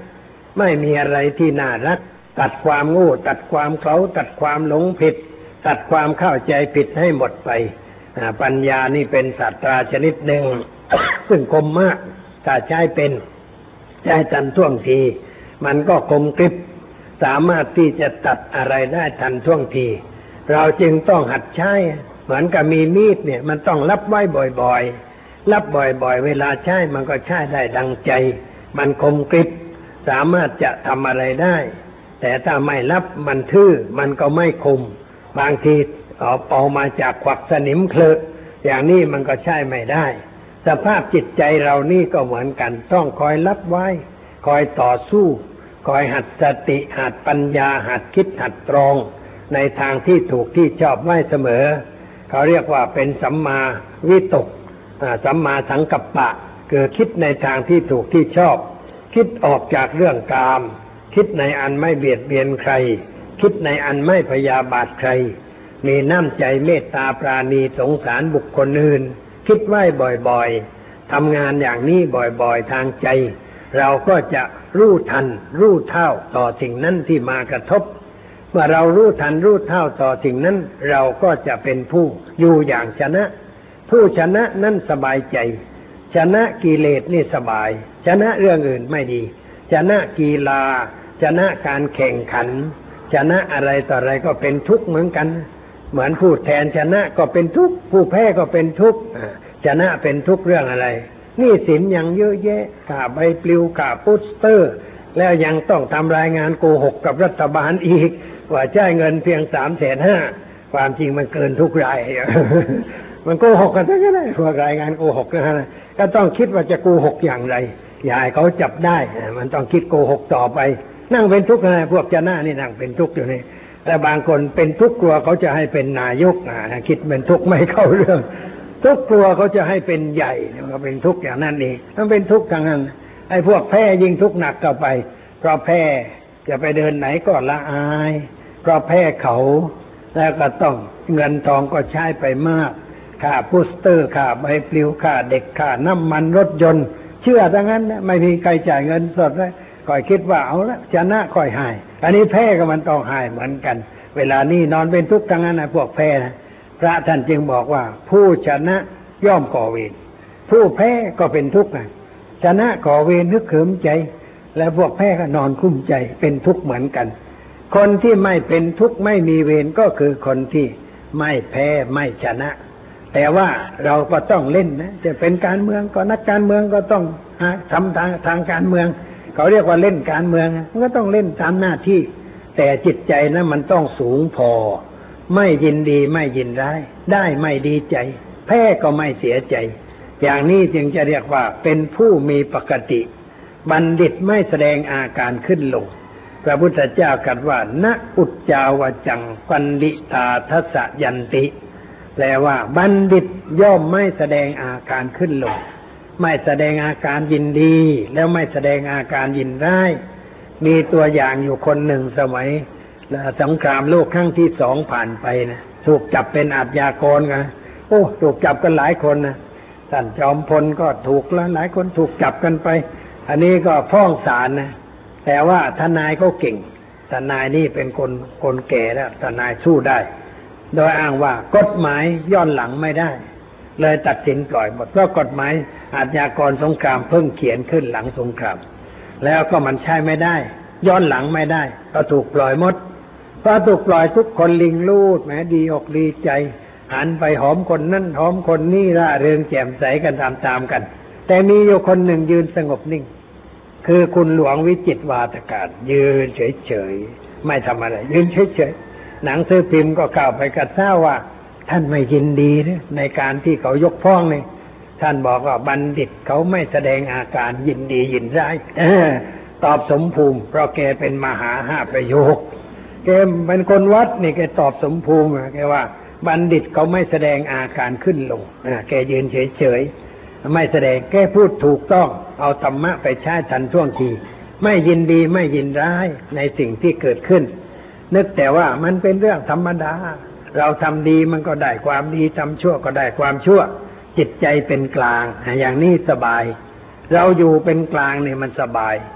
ไม่มีอะไรที่น่ารักตัดความโง่ตัดความเขลาตัดความหลงผิดตัดความเข้าใจผิดให้หมดไปปัญญานี่เป็นศาสตราชนิดหนึ่ง ซึ่งคมมากถ้าใช้เป็นใช้ทันท่วงทีมันก็คมกริบสามารถที่จะตัดอะไรได้ทันท่วงทีเราจึงต้องหัดใช้เหมือนกับมีมีดเนี่ยมันต้องรับไว้บ่อยๆรับบ่อยๆเวลาใช้มันก็ใช้ได้ดังใจมันคมกริบสามารถจะทำอะไรได้แต่ถ้าไม่รับมันทื่อมันก็ไม่คมบางทีออกมาจากขวักสนิมเคลอะอย่างนี้มันก็ใช้ไม่ได้สภาพจิตใจเรานี่ก็เหมือนกันต้องคอยรับไว้คอยต่อสู้คอยหัดสติหัดปัญญาหัดคิดหัดตรองในทางที่ถูกที่ชอบไว้เสมอเขาเรียกว่าเป็นสัมมาวิตกสัมมาสังกัปปะคือคิดในทางที่ถูกที่ชอบคิดออกจากเรื่องกามคิดในอันไม่เบียดเบียนใครคิดในอันไม่พยาบาทใครมีน้ำใจเมตตาปราณีสงสารบุคคลอื่นคิดไว้บ่อยๆทำงานอย่างนี้บ่อยๆทางใจเราก็จะรู้ทันรู้เท่าต่อสิ่งนั้นที่มากระทบเมื่อเรารู้ทันรู้เท่าต่อสิ่งนั้นเราก็จะเป็นผู้อยู่อย่างชนะผู้ชนะนั้นสบายใจชนะกิเลสนี่สบายชนะเรื่องอื่นไม่ดีชนะกีฬาชนะการแข่งขันชนะอะไรต่ออะไรก็เป็นทุกข์เหมือนกันเหมือนผู้แทนชนะก็เป็นทุกข์ผู้แพ้ก็เป็นทุกข์ชนะเป็นทุกข์เรื่องอะไรหนี้สินยังเยอะแยะค่าใบปลิวค่าโปสเตอร์แล้วยังต้องทำรายงานโกหกกับรัฐบาลอีกว่าจ่ายเงินเพียง350,000ความจริงมันเกินทุกราย มันโกหกกันก็ได้พวกรายงานโกหกนะก็ต้องคิดว่าจะโกหกอย่างไรอย่าให้เขาจับได้มันต้องคิดโกหกต่อไปนั่งเป็นทุกข์นะพวกชนะนี่นั่งเป็นทุกข์อยู่นี่แต่บางคนเป็นทุกข์กลัวเขาจะให้เป็นนายกคิดเป็นทุกข์ไม่เข้าเรื่องทุกข์กลัวเขาจะให้เป็นใหญ่ก็เป็นทุกข์อย่างนั้นเองมันเป็นทุกข์ทางนั้นไอ้พวกแพ้ยิ่งทุกข์หนักเข้าไปเพราะแพ้จะไปเดินไหนก็ละอายเพราะแพ้เขาแล้วก็ต้องเงินทองก็ใช้ไปมากค่าโปสเตอร์ค่าใบปลิวค่าเด็กค่าน้ำมันรถยนต์เชื่อทั้งนั้นนะไม่มีใครจ่ายเงินสดเลยค่อยคิดว่าเอาละชนะค่อยหายอันนี้แพ้ก็มันต้องหายเหมือนกันเวลานี้นอนเป็นทุกข์ทั้งนั้นนะพวกแพ้นะพระท่านจึงบอกว่าผู้ชนะย่อมก่อเวรผู้แพ้ก็เป็นทุกข์นะชนะก่อเวรนึกเขิมใจแล้วพวกแพ้ก็นอนคุ้มใจเป็นทุกข์เหมือนกันคนที่ไม่เป็นทุกข์ไม่มีเวรก็คือคนที่ไม่แพ้ไม่ชนะแต่ว่าเราก็ต้องเล่นนะจะเป็นการเมืองก็นักการเมืองก็ต้องทำทางการเมืองเขาเรียกว่าเล่นการเมืองมันก็ต้องเล่นตามหน้าที่แต่จิตใจนะมันต้องสูงพอไม่ยินดีไม่ยินร้ายได้ไม่ดีใจแพ้ก็ไม่เสียใจอย่างนี้จึงจะเรียกว่าเป็นผู้มีปกติบัณฑิตไม่แสดงอาการขึ้นลงพระพุทธเจ้าตรัสว่านะอุจจาวจังปันดิตาทัสสยันติแปลว่าบัณฑิตย่อมไม่แสดงอาการขึ้นลงไม่แสดงอาการยินดีแล้วไม่แสดงอาการยินร้ายมีตัวอย่างอยู่คนหนึ่งสมัยสงครามโลกครั้งที่2ผ่านไปนะถูกจับเป็นอาชญากรกันถูกจับกันหลายคนนะท่านจอมพลก็ถูกแล้วหลายคนถูกจับกันไปอันนี้ก็ฟ้องศาลนะแต่ว่าทนายก็เก่งทนายนี่เป็นคนแก่แล้วทนายสู้ได้โดยอ้างว่ากฎหมายย้อนหลังไม่ได้เลยตัดสินปล่อยหมดเพราะกฎหมายอาชญากรสงครามเพิ่งเขียนขึ้นหลังสงครามแล้วก็มันใช้ไม่ได้ย้อนหลังไม่ได้ก็ถูกปล่อยหมดพอถูกปล่อยทุกคนลิงลูดแหมดีอกดีใจหันไปหอมคนนั่นหอมคนนี่ร่าเริงแจ่มใสกันตามๆกันแต่มีอยู่คนหนึ่งยืนสงบนิ่งคือคุณหลวงวิจิตรวาทการยืนเฉยๆไม่ทำอะไรยืนเฉยๆหนังสือพิมพ์ก็กล่าวไปกระซ่าว่าท่านไม่ยินดีในการที่เขายกฟ้องนี่ท่านบอกว่าบัณฑิตเขาไม่แสดงอาการยินดียินร้ายตอบสมภูมิเพราะแกเป็นมหา5ประโยคแกเป็นคนวัดนี่แกตอบสมภูมิแกว่าบัณฑิตเขาไม่แสดงอาการขึ้นลงแกยืนเฉยๆไม่แสดงแกพูดถูกต้องเอาธรรมะไปใช้ทันท่วงทีไม่ยินดีไม่ยินร้ายในสิ่งที่เกิดขึ้นนึกแต่ว่ามันเป็นเรื่องธรรมดาเราทำดีมันก็ได้ความดีทำชั่วก็ได้ความชั่วจิตใจเป็นกลางอย่างนี้สบายเราอยู่เป็นกลางเนี่ยมันสบาย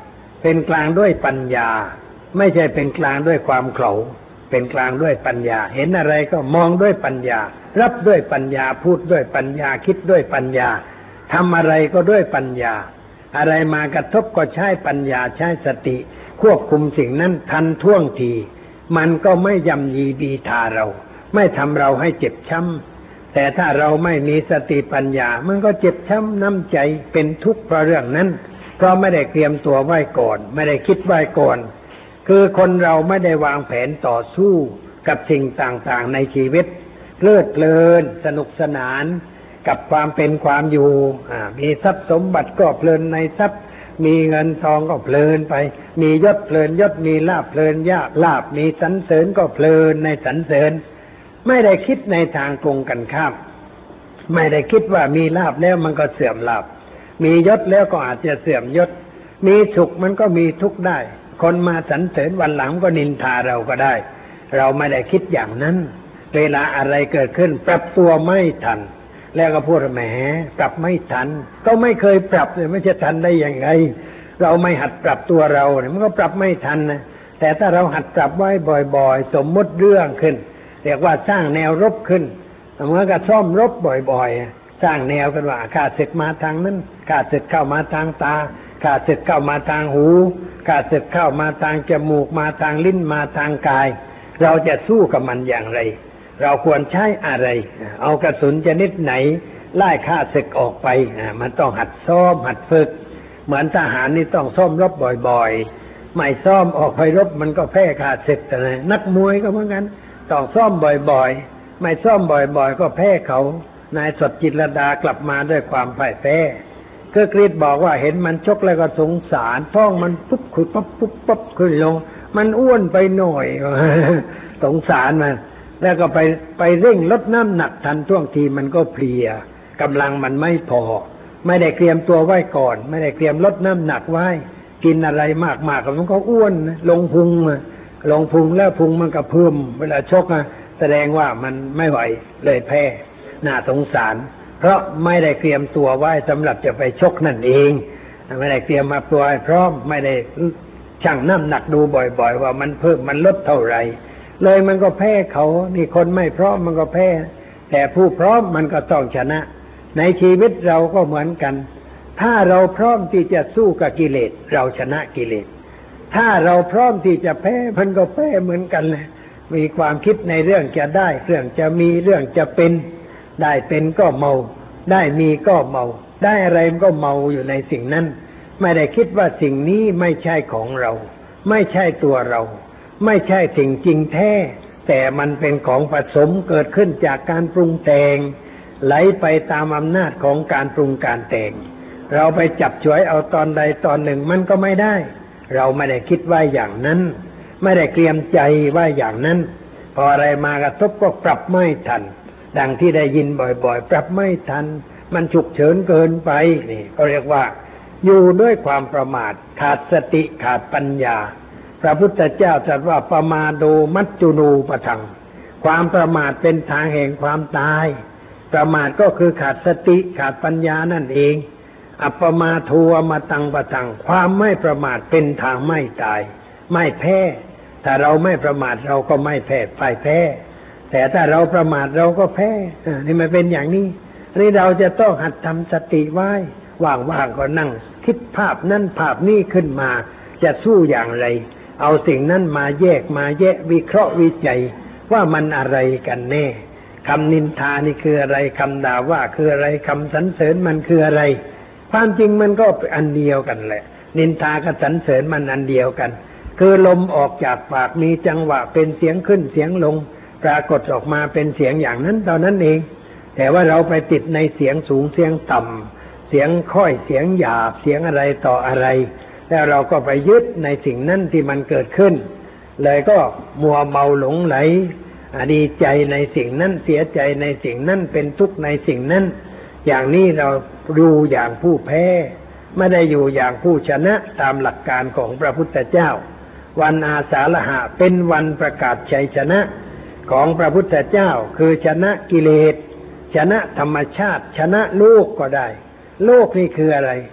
เป็นกลางด้วยปัญญาไม่ใช่เป็นกลางด้วยความเขลาเป็นกลางด้วยปัญญาเห็นอะไรก็มองด้วยปัญญารับด้วยปัญญาพูดด้วยปัญญาคิดด้วยปัญญาทำอะไรก็ด้วยปัญญาอะไรมากระทบก็ใช้ปัญญาใช้สติควบคุมสิ่งนั้นทันท่วงทีมันก็ไม่ย่ำยีบีทาเราไม่ทำเราให้เจ็บช้ำแต่ถ้าเราไม่มีสติปัญญามันก็เจ็บช้ำน้ำใจเป็นทุกข์เพราะเรื่องนั้นเพราะไม่ได้เตรียมตัวไว้ก่อนไม่ได้คิดไว้ก่อนคือคนเราไม่ได้วางแผนต่อสู้กับสิ่งต่างๆในชีวิตเพลิดเพลินสนุกสนานกับความเป็นความอยู่มีทรัพย์สมบัติก็เพลินในทรัพย์มีเงินทองก็เพลินไปมียศเพลินยศมีลาภเพลินยากลาภมีสรรเสริญก็เพลินในสรรเสริญไม่ได้คิดในทางตรงกันข้ามไม่ได้คิดว่ามีลาภแล้วมันก็เสื่อมลาภมียศแล้วก็อาจจะเสื่อมยศมีสุขมันก็มีทุกข์ได้คนมาสรรเสริญวันหลังก็นินทาเราก็ได้เราไม่ได้คิดอย่างนั้นเวลาอะไรเกิดขึ้นปรับตัวไม่ทันแล้วก็พูดแหมปรับไม่ทันก็ไม่เคยปรับเลยไม่จะทันได้ยังไงเราไม่หัดปรับตัวเราเนี่ยมันก็ปรับไม่ทันนะแต่ถ้าเราหัดปรับไว้บ่อยๆสมมติเรื่องขึ้นเรียกว่าสร้างแนวรบขึ้นเหมือนกับซ่อมรบบ่อยๆสร้างแนวกันว่าข้าศึกมาทางนั้นข้าศึกเข้ามาทางตาข้าศึกเข้ามาทางหูข้าศึกเข้ามาทางจมูกมาทางลิ้นมาทางกายเราจะสู้กับมันอย่างไรเราควรใช้อะไรเอากระสุนชนิดไหนไล่ข้าศึกออกไปมันต้องหัดซ้อมหัดฝึกเหมือนทหารนี่ต้องซ้อมรบบ่อยๆไม่ซ้อมออกไปรบมันก็แพ้ข้าศึกแต่นักมวยก็เหมือนกันต้องซ้อมบ่อยๆไม่ซ้อมบ่อยๆก็แพ้เขานายสดจิตรลดากลับมาด้วยความพ่ายแพ้คือกรีดบอกว่าเห็นมันชกแล้วก็สงสารท้องมันปุ๊บขุดปั๊บปุ๊บปั๊บขึ้นลงมันอ้วนไปหน่อย สงสารมันแล้วก็ไปเร่งลดน้ำหนักทันท่วงทีมันก็เพลียกำลังมันไม่พอไม่ได้เตรียมตัวไว้ก่อนไม่ได้เตรียมลดน้ำหนักไว้กินอะไรมากๆมันก็อ้วนลงพุงแล้วพุงมันก็เพิ่มเวลาชกแสดงว่ามันไม่ไหวเลยแพ้น่าสงสารเพราะไม่ได้เตรียมตัวไว้สำหรับจะไปชกนั่นเองไม่ได้เตรียมมาตัวให้พร้อมไม่ได้ชั่งน้ำหนักดูบ่อยๆว่ามันเพิ่มมันลดเท่าไหร่เลยมันก็แพ้เขานี่คนไม่พร้อมมันก็แพ้แต่ผู้พร้อมมันก็ต้องชนะในชีวิตเราก็เหมือนกันถ้าเราพร้อมที่จะสู้กับกิเลสเราชนะกิเลสถ้าเราพร้อมที่จะแพ้มันก็แพ้เหมือนกันเลยมีความคิดในเรื่องจะได้เรื่องจะมีเรื่องจะเป็นได้เป็นก็เมาได้มีก็เมาได้อะไรมันก็เมาอยู่ในสิ่งนั้นไม่ได้คิดว่าสิ่งนี้ไม่ใช่ของเราไม่ใช่ตัวเราไม่ใช่สิ่งจริงแท้แต่มันเป็นของผสมเกิดขึ้นจากการปรุงแต่งไหลไปตามอำนาจของการปรุงการแต่งเราไปจับฉวยเอาตอนใดตอนหนึ่งมันก็ไม่ได้เราไม่ได้คิดไว้อย่างนั้นไม่ได้เตรียมใจไว้อย่างนั้นพออะไรมากระทบก็ปรับไม่ทันดังที่ได้ยินบ่อยๆปรับไม่ทันมันฉุกเฉินเกินไปนี่ก็เรียกว่าอยู่ด้วยความประมาทขาดสติขาดปัญญาพระพุทธเจ้าตรัสว่าปมาโดมัจจุนูปทังความประมาทเป็นทางแห่งความตายประมาทก็คือขาดสติขาดปัญญานั่นเองอัปปมาโทอมตังปทังความไม่ประมาทเป็นทางไม่ตายไม่แพ้ถ้าเราไม่ประมาทเราก็ไม่แพ้พ่ายแพ้แต่ถ้าเราประมาทเราก็แพ้นี่มันเป็นอย่างนี้นี่เราจะต้องหัดทำสติไว้ว่างๆก็นั่งคิดภาพนั้นภาพนี้ขึ้นมาจะสู้อย่างไรเอาสิ่งนั้นมาแยกมาแยะวิเคราะห์วิจัยว่ามันอะไรกันแน่คำนินทานี่คืออะไรคำด่าว่าคืออะไรคำสรรเสริญมันคืออะไรความจริงมันก็อันเดียวกันแหละนินทากับสรรเสริญมันอันเดียวกันคือลมออกจากปากมีจังหวะเป็นเสียงขึ้นเสียงลงปรากฏออกมาเป็นเสียงอย่างนั้นเท่านั้นเองแต่ว่าเราไปติดในเสียงสูงเสียงต่ำเสียงค่อยเสียงหยาบเสียงอะไรต่ออะไรแล้วเราก็ไปยึดในสิ่งนั้นที่มันเกิดขึ้นเลยก็มัวเมาหลงไหลดีใจในสิ่งนั้นเสียใจในสิ่งนั้นเป็นทุกข์ในสิ่งนั้นอย่างนี้เราดูอย่างผู้แพ้ไม่ได้อยู่อย่างผู้ชนะตามหลักการของพระพุทธเจ้าวันอาสาฬหะเป็นวันประกาศชัยชนะของพระพุทธเจ้าคือชนะกิเลสชนะธรรมชาติชนะโลกก็ได้โลกนี่คืออะไร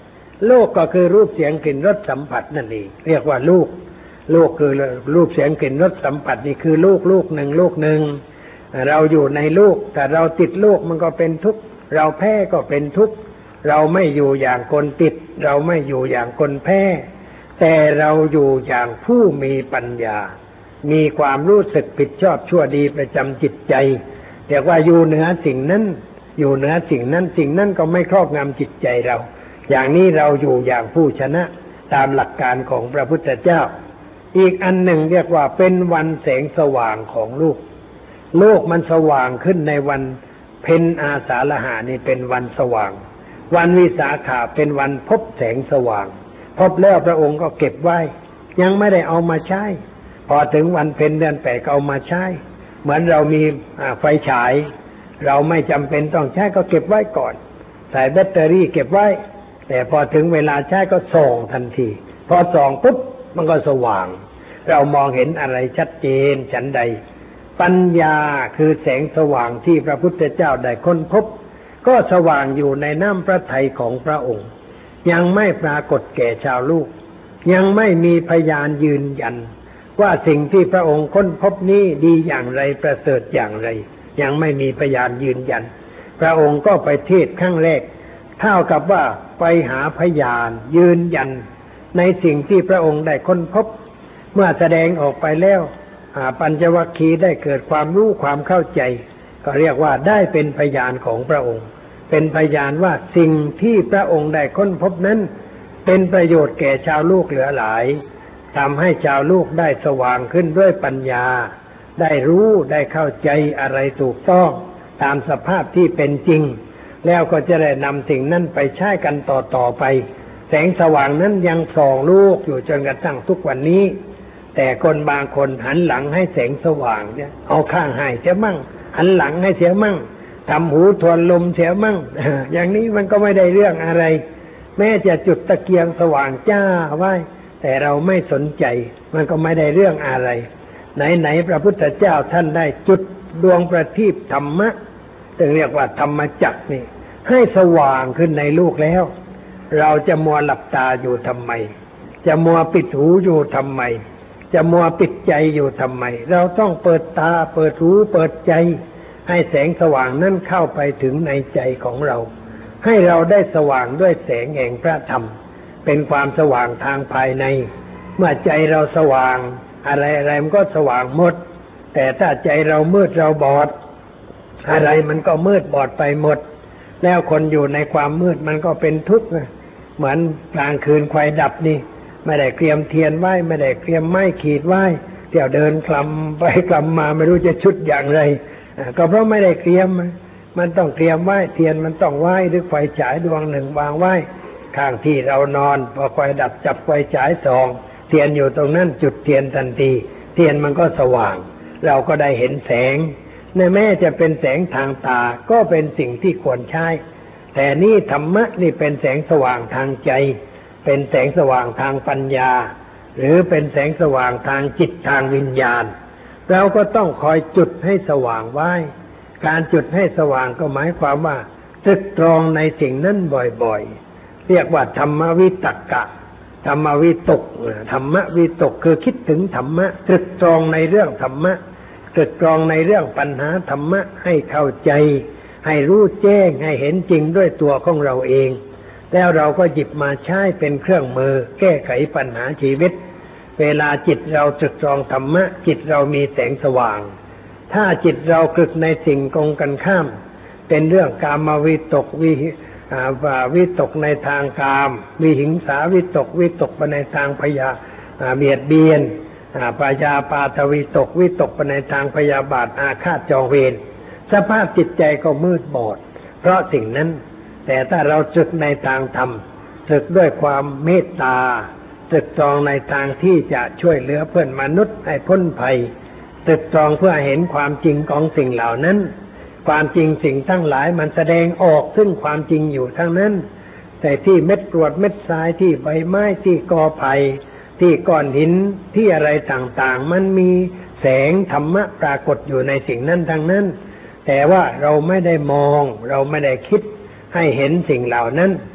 โลกก็คือรูปเสียงกลิ่นรสสัมผัสนั่นเองเรียกว่าลูกคือรูปเสียงกลิ่นรสสัมผัสนี่คือลูกหนึ่งเราอยู่ในลูกแต่เราติดลูกมันก็เป็นทุกข์เราแพ้ก็เป็นทุกข์เราไม่อยู่อย่างคนติดเราไม่อยู่อย่างคนแพ้แต่เราอยู่อย่างผู้มีปัญญามีความรู้สึกผิดชอบชั่วดีประจำจิตใจเรียกว่าอยู่เหนือสิ่งนั้นอยู่เหนือสิ่งนั้นก็ไม่ครอบงำจิตใจเราอย่างนี้เราอยู่อย่างผู้ชนะตามหลักการของพระพุทธเจ้าอีกอันหนึ่งเรียกว่าเป็นวันแสงสว่างของโลกมันสว่างขึ้นในวันเพ็ญอาสาฬหะนี่เป็นวันสว่างวันวิสาขะเป็นวันพบแสงสว่างพบแล้วพระองค์ก็เก็บไว้ยังไม่ได้เอามาใช้พอถึงวันเพ็ญเดือน8ก็เอามาใช้เหมือนเรามีไฟฉายเราไม่จำเป็นต้องใช้ก็เก็บไว้ก่อนใส่แบตเตอรี่เก็บไว้แต่พอถึงเวลาใช้ก็ส่องทันทีพอส่องปุ๊บมันก็สว่างเรามองเห็นอะไรชัดเจนฉันใดปัญญาคือแสงสว่างที่พระพุทธเจ้าได้ค้นพบก็สว่างอยู่ในน้ำพระทัยของพระองค์ยังไม่ปรากฏแก่ชาวลูกยังไม่มีพยานยืนยันว่าสิ่งที่พระองค์ค้นพบนี้ดีอย่างไรประเสริฐอย่างไรยังไม่มีพยานยืนยันพระองค์ก็ไปเทศน์ครั้งแรกเท่ากับว่าไปหาพยานยืนยันในสิ่งที่พระองค์ได้ค้นพบเมื่อแสดงออกไปแล้วปัญจวัคคีย์ได้เกิดความรู้ความเข้าใจก็เรียกว่าได้เป็นพยานของพระองค์เป็นพยานว่าสิ่งที่พระองค์ได้ค้นพบนั้นเป็นประโยชน์แก่ชาวลูกเหลือหลายทำให้ชาวลูกได้สว่างขึ้นด้วยปัญญาได้รู้ได้เข้าใจอะไรถูกต้องตามสภาพที่เป็นจริงแล้วก็จะได้นำสิ่งนั้นไปใช้กันต่อไปแสงสว่างนั้นยังส่องลูกอยู่จนกระทั่งทุกวันนี้แต่คนบางคนหันหลังให้แสงสว่างเนี่ยเอาข้างให้เสียมั่งหันหลังให้เสียมั่งทำหูทวนลมเสียมั่งอย่างนี้มันก็ไม่ได้เรื่องอะไรแม้จะจุดตะเกียงสว่างจ้าไว้แต่เราไม่สนใจมันก็ไม่ได้เรื่องอะไรไหนพระพุทธเจ้าท่านได้จุดดวงประทีปธรรมะซึ่งเรียกว่าธรรมจักรนี่ให้สว่างขึ้นในลูกแล้วเราจะมัวหลับตาอยู่ทำไมจะมัวปิดหูอยู่ทำไมจะมัวปิดใจอยู่ทำไมเราต้องเปิดตาเปิดหูเปิดใจให้แสงสว่างนั้นเข้าไปถึงในใจของเราให้เราได้สว่างด้วยแสงแห่งพระธรรมเป็นความสว่างทางภายในเมื่อใจเราสว่างอะไรมันก็สว่างหมดแต่ถ้าใจเรามืดเราบอดอะไรมันก็มืดบอดไปหมดแล้วคนอยู่ในความมืดมันก็เป็นทุกข์เหมือนกลางคืนไฟดับนี่ไม่ได้เตรียมเทียนไว้ไม่ได้เตรียมไม้ขีดไว้เที่ยวเดินคลำไปคลำมาไม่รู้จะชุดอย่างไรก็เพราะไม่ได้เตรียมมันต้องเตรียมไว้เทียนมันต้องไว้หรือไฟฉายดวงหนึ่งวางไว้ข้างที่เรานอนพอไฟดับจับไฟฉายส่องเทียนอยู่ตรงนั้นจุดเทียนทันทีเทียนมันก็สว่างเราก็ได้เห็นแสงแม้จะเป็นแสงทางตาก็เป็นสิ่งที่ควรใช้แต่นี่ธรรมะนี่เป็นแสงสว่างทางใจเป็นแสงสว่างทางปัญญาหรือเป็นแสงสว่างทางจิตทางวิญญาณเราก็ต้องคอยจุดให้สว่างไว้การจุดให้สว่างก็หมายความว่าตรึกตรองในสิ่งนั้นบ่อยๆเรียกว่าธรรมวิตกะธรรมวิตกธรรมวิตกคือคิดถึงธรรมะตรึกตรองในเรื่องธรรมะตรึกตรองในเรื่องปัญหาธรรมะให้เข้าใจให้รู้แจ้งให้เห็นจริงด้วยตัวของเราเองแล้วเราก็หยิบมาใช้เป็นเครื่องมือแก้ไขปัญหาชีวิตเวลาจิตเราตรึกตรองธรรมะจิตเรามีแสงสว่างถ้าจิตเราตรึกในสิ่งตรงกันข้ามเป็นเรื่องกามวิตกวิตกในทางกามวิหิงสาวิตกวิตกไปในทางพยาเบียดเบียนปายาปาทวิตกวิตกไปในทางพยาบาทอาฆาตจองเวรสภาพจิตใจก็มืดบอดเพราะสิ่งนั้นแต่ถ้าเราตรึกในทางธรรมตรึกด้วยความเมตตาตรึกตรองในทางที่จะช่วยเหลือเพื่อนมนุษย์ให้พ้นภัยตรึกตรองเพื่อเห็นความจริงของสิ่งเหล่านั้นความจริงสิ่งทั้งหลายมันแสดงออกซึ่งความจริงอยู่ทั้งนั้นแต่ที่เม็ดกรวดเม็ดทรายที่ใบไม้ที่กอไผ่ที่ก้อนหินที่อะไรต่างๆมันมีแสงธรรมะปรากฏอยู่ในสิ่งนั้นทั้งนั้นแต่ว่าเราไม่ได้มองเราไม่ได้คิดให้เห็นสิ่งเหล่านั้น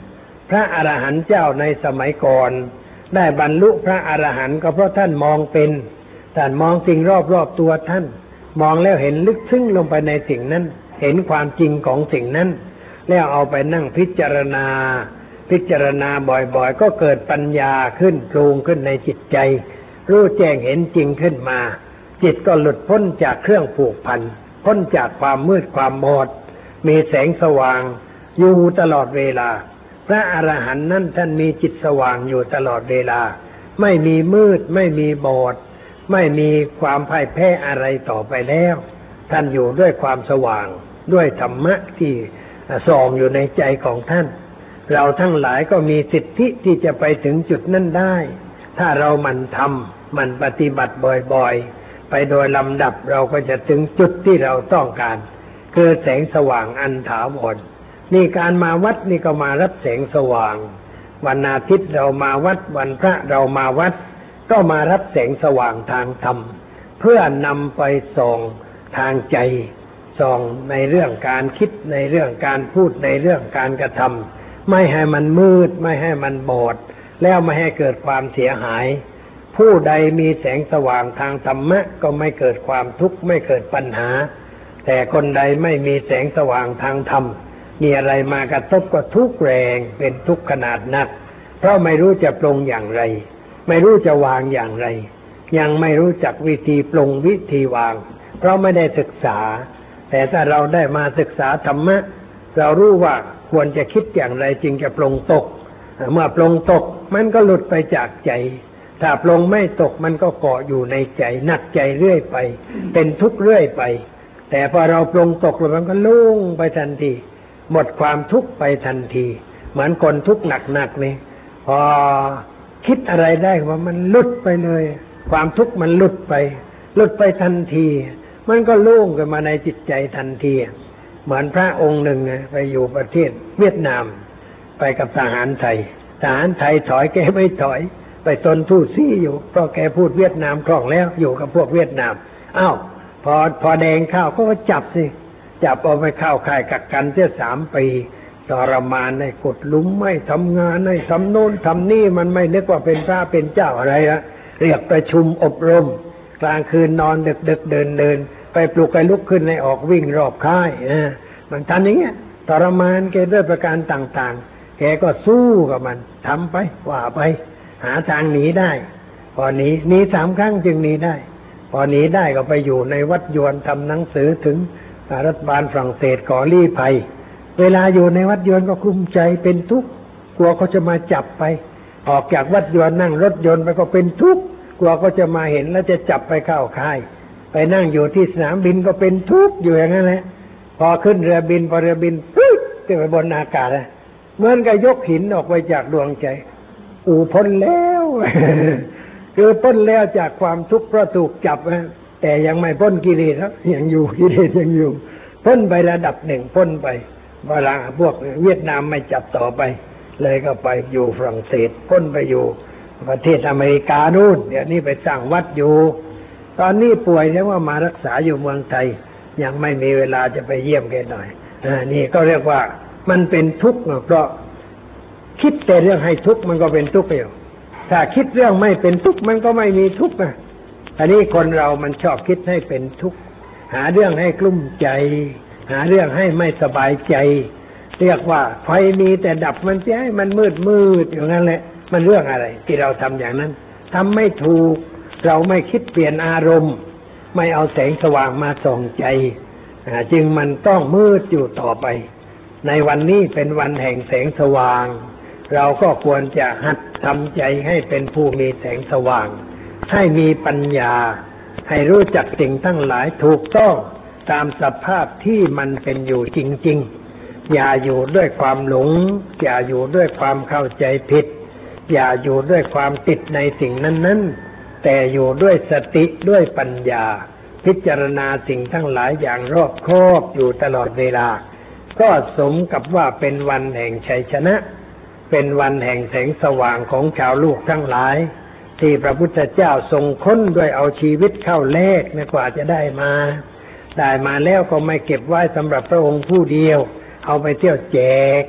พระอรหันต์เจ้าในสมัยก่อนได้บรรลุพระอรหันต์ก็เพราะท่านมองเป็นท่านมองสิ่งรอบๆตัวท่านมองแล้วเห็นลึกซึ้งลงไปในสิ่งนั้นเห็นความจริงของสิ่งนั้นแล้วเอาไปนั่งพิจารณาบ่อยๆก็เกิดปัญญาขึ้นปรุงขึ้นในจิตใจรู้แจ้งเห็นจริงขึ้นมาจิตก็หลุดพ้นจากเครื่องผูกพันพ้นจากความมืดความบอดมีแสงสว่างอยู่ตลอดเวลาพระอรหันต์นั้นท่านมีจิตสว่างอยู่ตลอดเวลาไม่มีมืดไม่มีบอดไม่มีความพ่ายแพ้อะไรต่อไปแล้วท่านอยู่ด้วยความสว่างด้วยธรรมะที่ส่องอยู่ในใจของท่านเราทั้งหลายก็มีสิทธิที่จะไปถึงจุดนั้นได้ถ้าเราหมั่นทำหมั่นปฏิบัติบ่อยๆไปโดยลำดับเราก็จะถึงจุดที่เราต้องการคือแสงสว่างอันถาวรนี่การมาวัดนี่ก็มารับแสงสว่างวันอาทิตย์เรามาวัดวันพระเรามาวัดก็มารับแสงสว่างทางธรรมเพื่อนำไปส่องทางใจส่องในเรื่องการคิดในเรื่องการพูดในเรื่องการกระทำไม่ให้มันมืดไม่ให้มันบอดแล้วไม่ให้เกิดความเสียหายผู้ใดมีแสงสว่างทางธรรมะก็ไม่เกิดความทุกข์ไม่เกิดปัญหาแต่คนใดไม่มีแสงสว่างทางธรรมมีอะไรมากระทบก็ทุกข์แรงเป็นทุกข์ขนาดนักเพราะไม่รู้จะปรงอย่างไรไม่รู้จะวางอย่างไรยังไม่รู้จักวิธีปรงวิธีวางเพราะไม่ได้ศึกษาแต่ถ้าเราได้มาศึกษาธรรมะเรารู้ว่าควรจะคิดอย่างไรจึงจะปรงตกเมื่อปรงตกมันก็หลุดไปจากใจถ้าปรงไม่ตกมันก็เกาะอยู่ในใจหนักใจเรื่อยไปเป็นทุกข์เรื่อยไปแต่พอเราปรงตกแล้วมันก็ลุ่งไปทันทีหมดความทุกข์ไปทันทีเหมือนคนทุกข์หนักๆนี่พอคิดอะไรได้ว่ามันหลุดไปเลยความทุกข์มันหลุดไปทันทีมันก็โล่งขึ้นมาในจิตใจทันทีเหมือนพระองค์หนึ่งไปอยู่ประเทศเวียดนามไปกับทหารไทยถอยแกไม่ถอยไปตนทู่ซี่อยู่เพราะแกพูดเวียดนามคล่องแล้วอยู่กับพวกเวียดนามอ้าวพอแดงเข้าก็จับเอาไปเข้าค่ายกักกันเสีย3 ปีทรมานให้กดลุมไม่ทำงานให้ทำโน่นทำนี่มันไม่นึกว่าเป็นพระเป็นเจ้าอะไรละเรียกประชุมอบรมกลางคืนนอนดึกเดินไปปลุกให้ลุกขึ้นให้ออกวิ่งรอบค่ายมันทำอย่างเงี้ยทรมานแกด้วยประการต่างๆแกก็สู้กับมันทำไปว่าไปหาทางหนีได้พอหนี3 ครั้งจึงหนีได้พอหนีได้ก็ไปอยู่ในวัดยวนทำหนังสือถึงรัฐบาลฝรั่งเศสขอลี้ภัยเวลาอยู่ในวัดยวนก็กลุ้มใจเป็นทุกข์กลัวเขาจะมาจับไปออกจากวัดยวนนั่งรถยนต์ไปก็เป็นทุกข์กลัวเขาจะมาเห็นแล้วจะจับไปเข้าค่ายไปนั่งอยู่ที่สนามบินก็เป็นทุกข์อยู่อย่างนั้นแหละพอขึ้นเรือบินพอเรือบินปุ๊บขึ้นไปบนอากาศเหมือนกับยกหินออกไปจากดวงใจพ้นแล้ว คือพ้นแล้วจากความทุกข์เพราะถูกจับแต่ยังไม่พ้นกิเลสครับยังอยู่กิเลสยังอยู่พ้นไประดับหนึ่งพ้นไปเวลาพวกเวียดนามไม่จับต่อไปเลยก็ไปอยู่ฝรั่งเศสพ้นไปอยู่ประเทศอเมริกานู่นเดี๋ยวนี้ไปสร้างวัดอยู่ตอนนี้ป่วยแล้วว่ามารักษาอยู่เมืองไทยยังไม่มีเวลาจะไปเยี่ยมแกหน่อยนี่ก็เรียกว่ามันเป็นทุกข์เพราะคิดแต่เรื่องให้ทุกข์มันก็เป็นทุกข์อยู่ถ้าคิดเรื่องไม่เป็นทุกข์มันก็ไม่มีทุกข์อันนี้คนเรามันชอบคิดให้เป็นทุกข์หาเรื่องให้กลุ้มใจหาเรื่องให้ไม่สบายใจเรียกว่าไฟมีแต่ดับมันจะให้มันมืดอย่างนั้นแหละมันเรื่องอะไรที่เราทำอย่างนั้นทำไม่ถูกเราไม่คิดเปลี่ยนอารมณ์ไม่เอาแสงสว่างมาส่องใจจึงมันต้องมืดอยู่ต่อไปในวันนี้เป็นวันแห่งแสงสว่างเราก็ควรจะหัดทำใจให้เป็นผู้มีแสงสว่างให้มีปัญญาให้รู้จักสิ่งทั้งหลายถูกต้องตามสภาพที่มันเป็นอยู่จริงๆอย่าอยู่ด้วยความหลงอย่าอยู่ด้วยความเข้าใจผิดอย่าอยู่ด้วยความติดในสิ่งนั้นๆแต่อยู่ด้วยสติด้วยปัญญาพิจารณาสิ่งทั้งหลายอย่างรอบคอบอยู่ตลอดเวลาก็สมกับว่าเป็นวันแห่งชัยชนะเป็นวันแห่งแสงสว่างของชาวโลกทั้งหลายที่พระพุทธเจ้าทรงค้นด้วยเอาชีวิตเข้าแลกกว่าจะได้มาแล้วก็ไม่เก็บไว้สำหรับพระองค์ผู้เดียวเอาไปเที่ยวแจก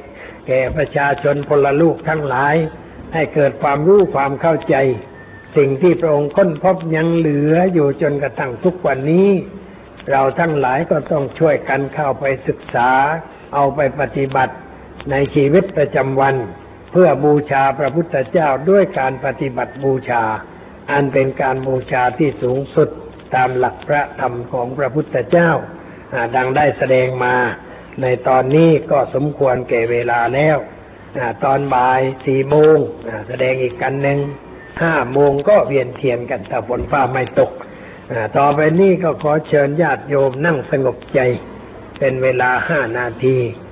แก่ประชาชนพลลูกทั้งหลายให้เกิดความรู้ความเข้าใจสิ่งที่พระองค์ค้นพบยังเหลืออยู่จนกระทั่งทุกวันนี้เราทั้งหลายก็ต้องช่วยกันเข้าไปศึกษาเอาไปปฏิบัติในชีวิตประจำวันเพื่อบูชาพระพุทธเจ้าด้วยการปฏิบัติบูชาอันเป็นการบูชาที่สูงสุดตามหลักพระธรรมของพระพุทธเจ้าดังได้แสดงมาในตอนนี้ก็สมควรแก่เวลาแล้วตอนบ่าย 4 โมงแสดงอีกกันหนึ่ง 5 โมงก็เวียนเทียนกันถ้าฝนฟ้าไม่ตกต่อไปนี้ก็ขอเชิญญาติโยมนั่งสงบใจเป็นเวลา 5 นาที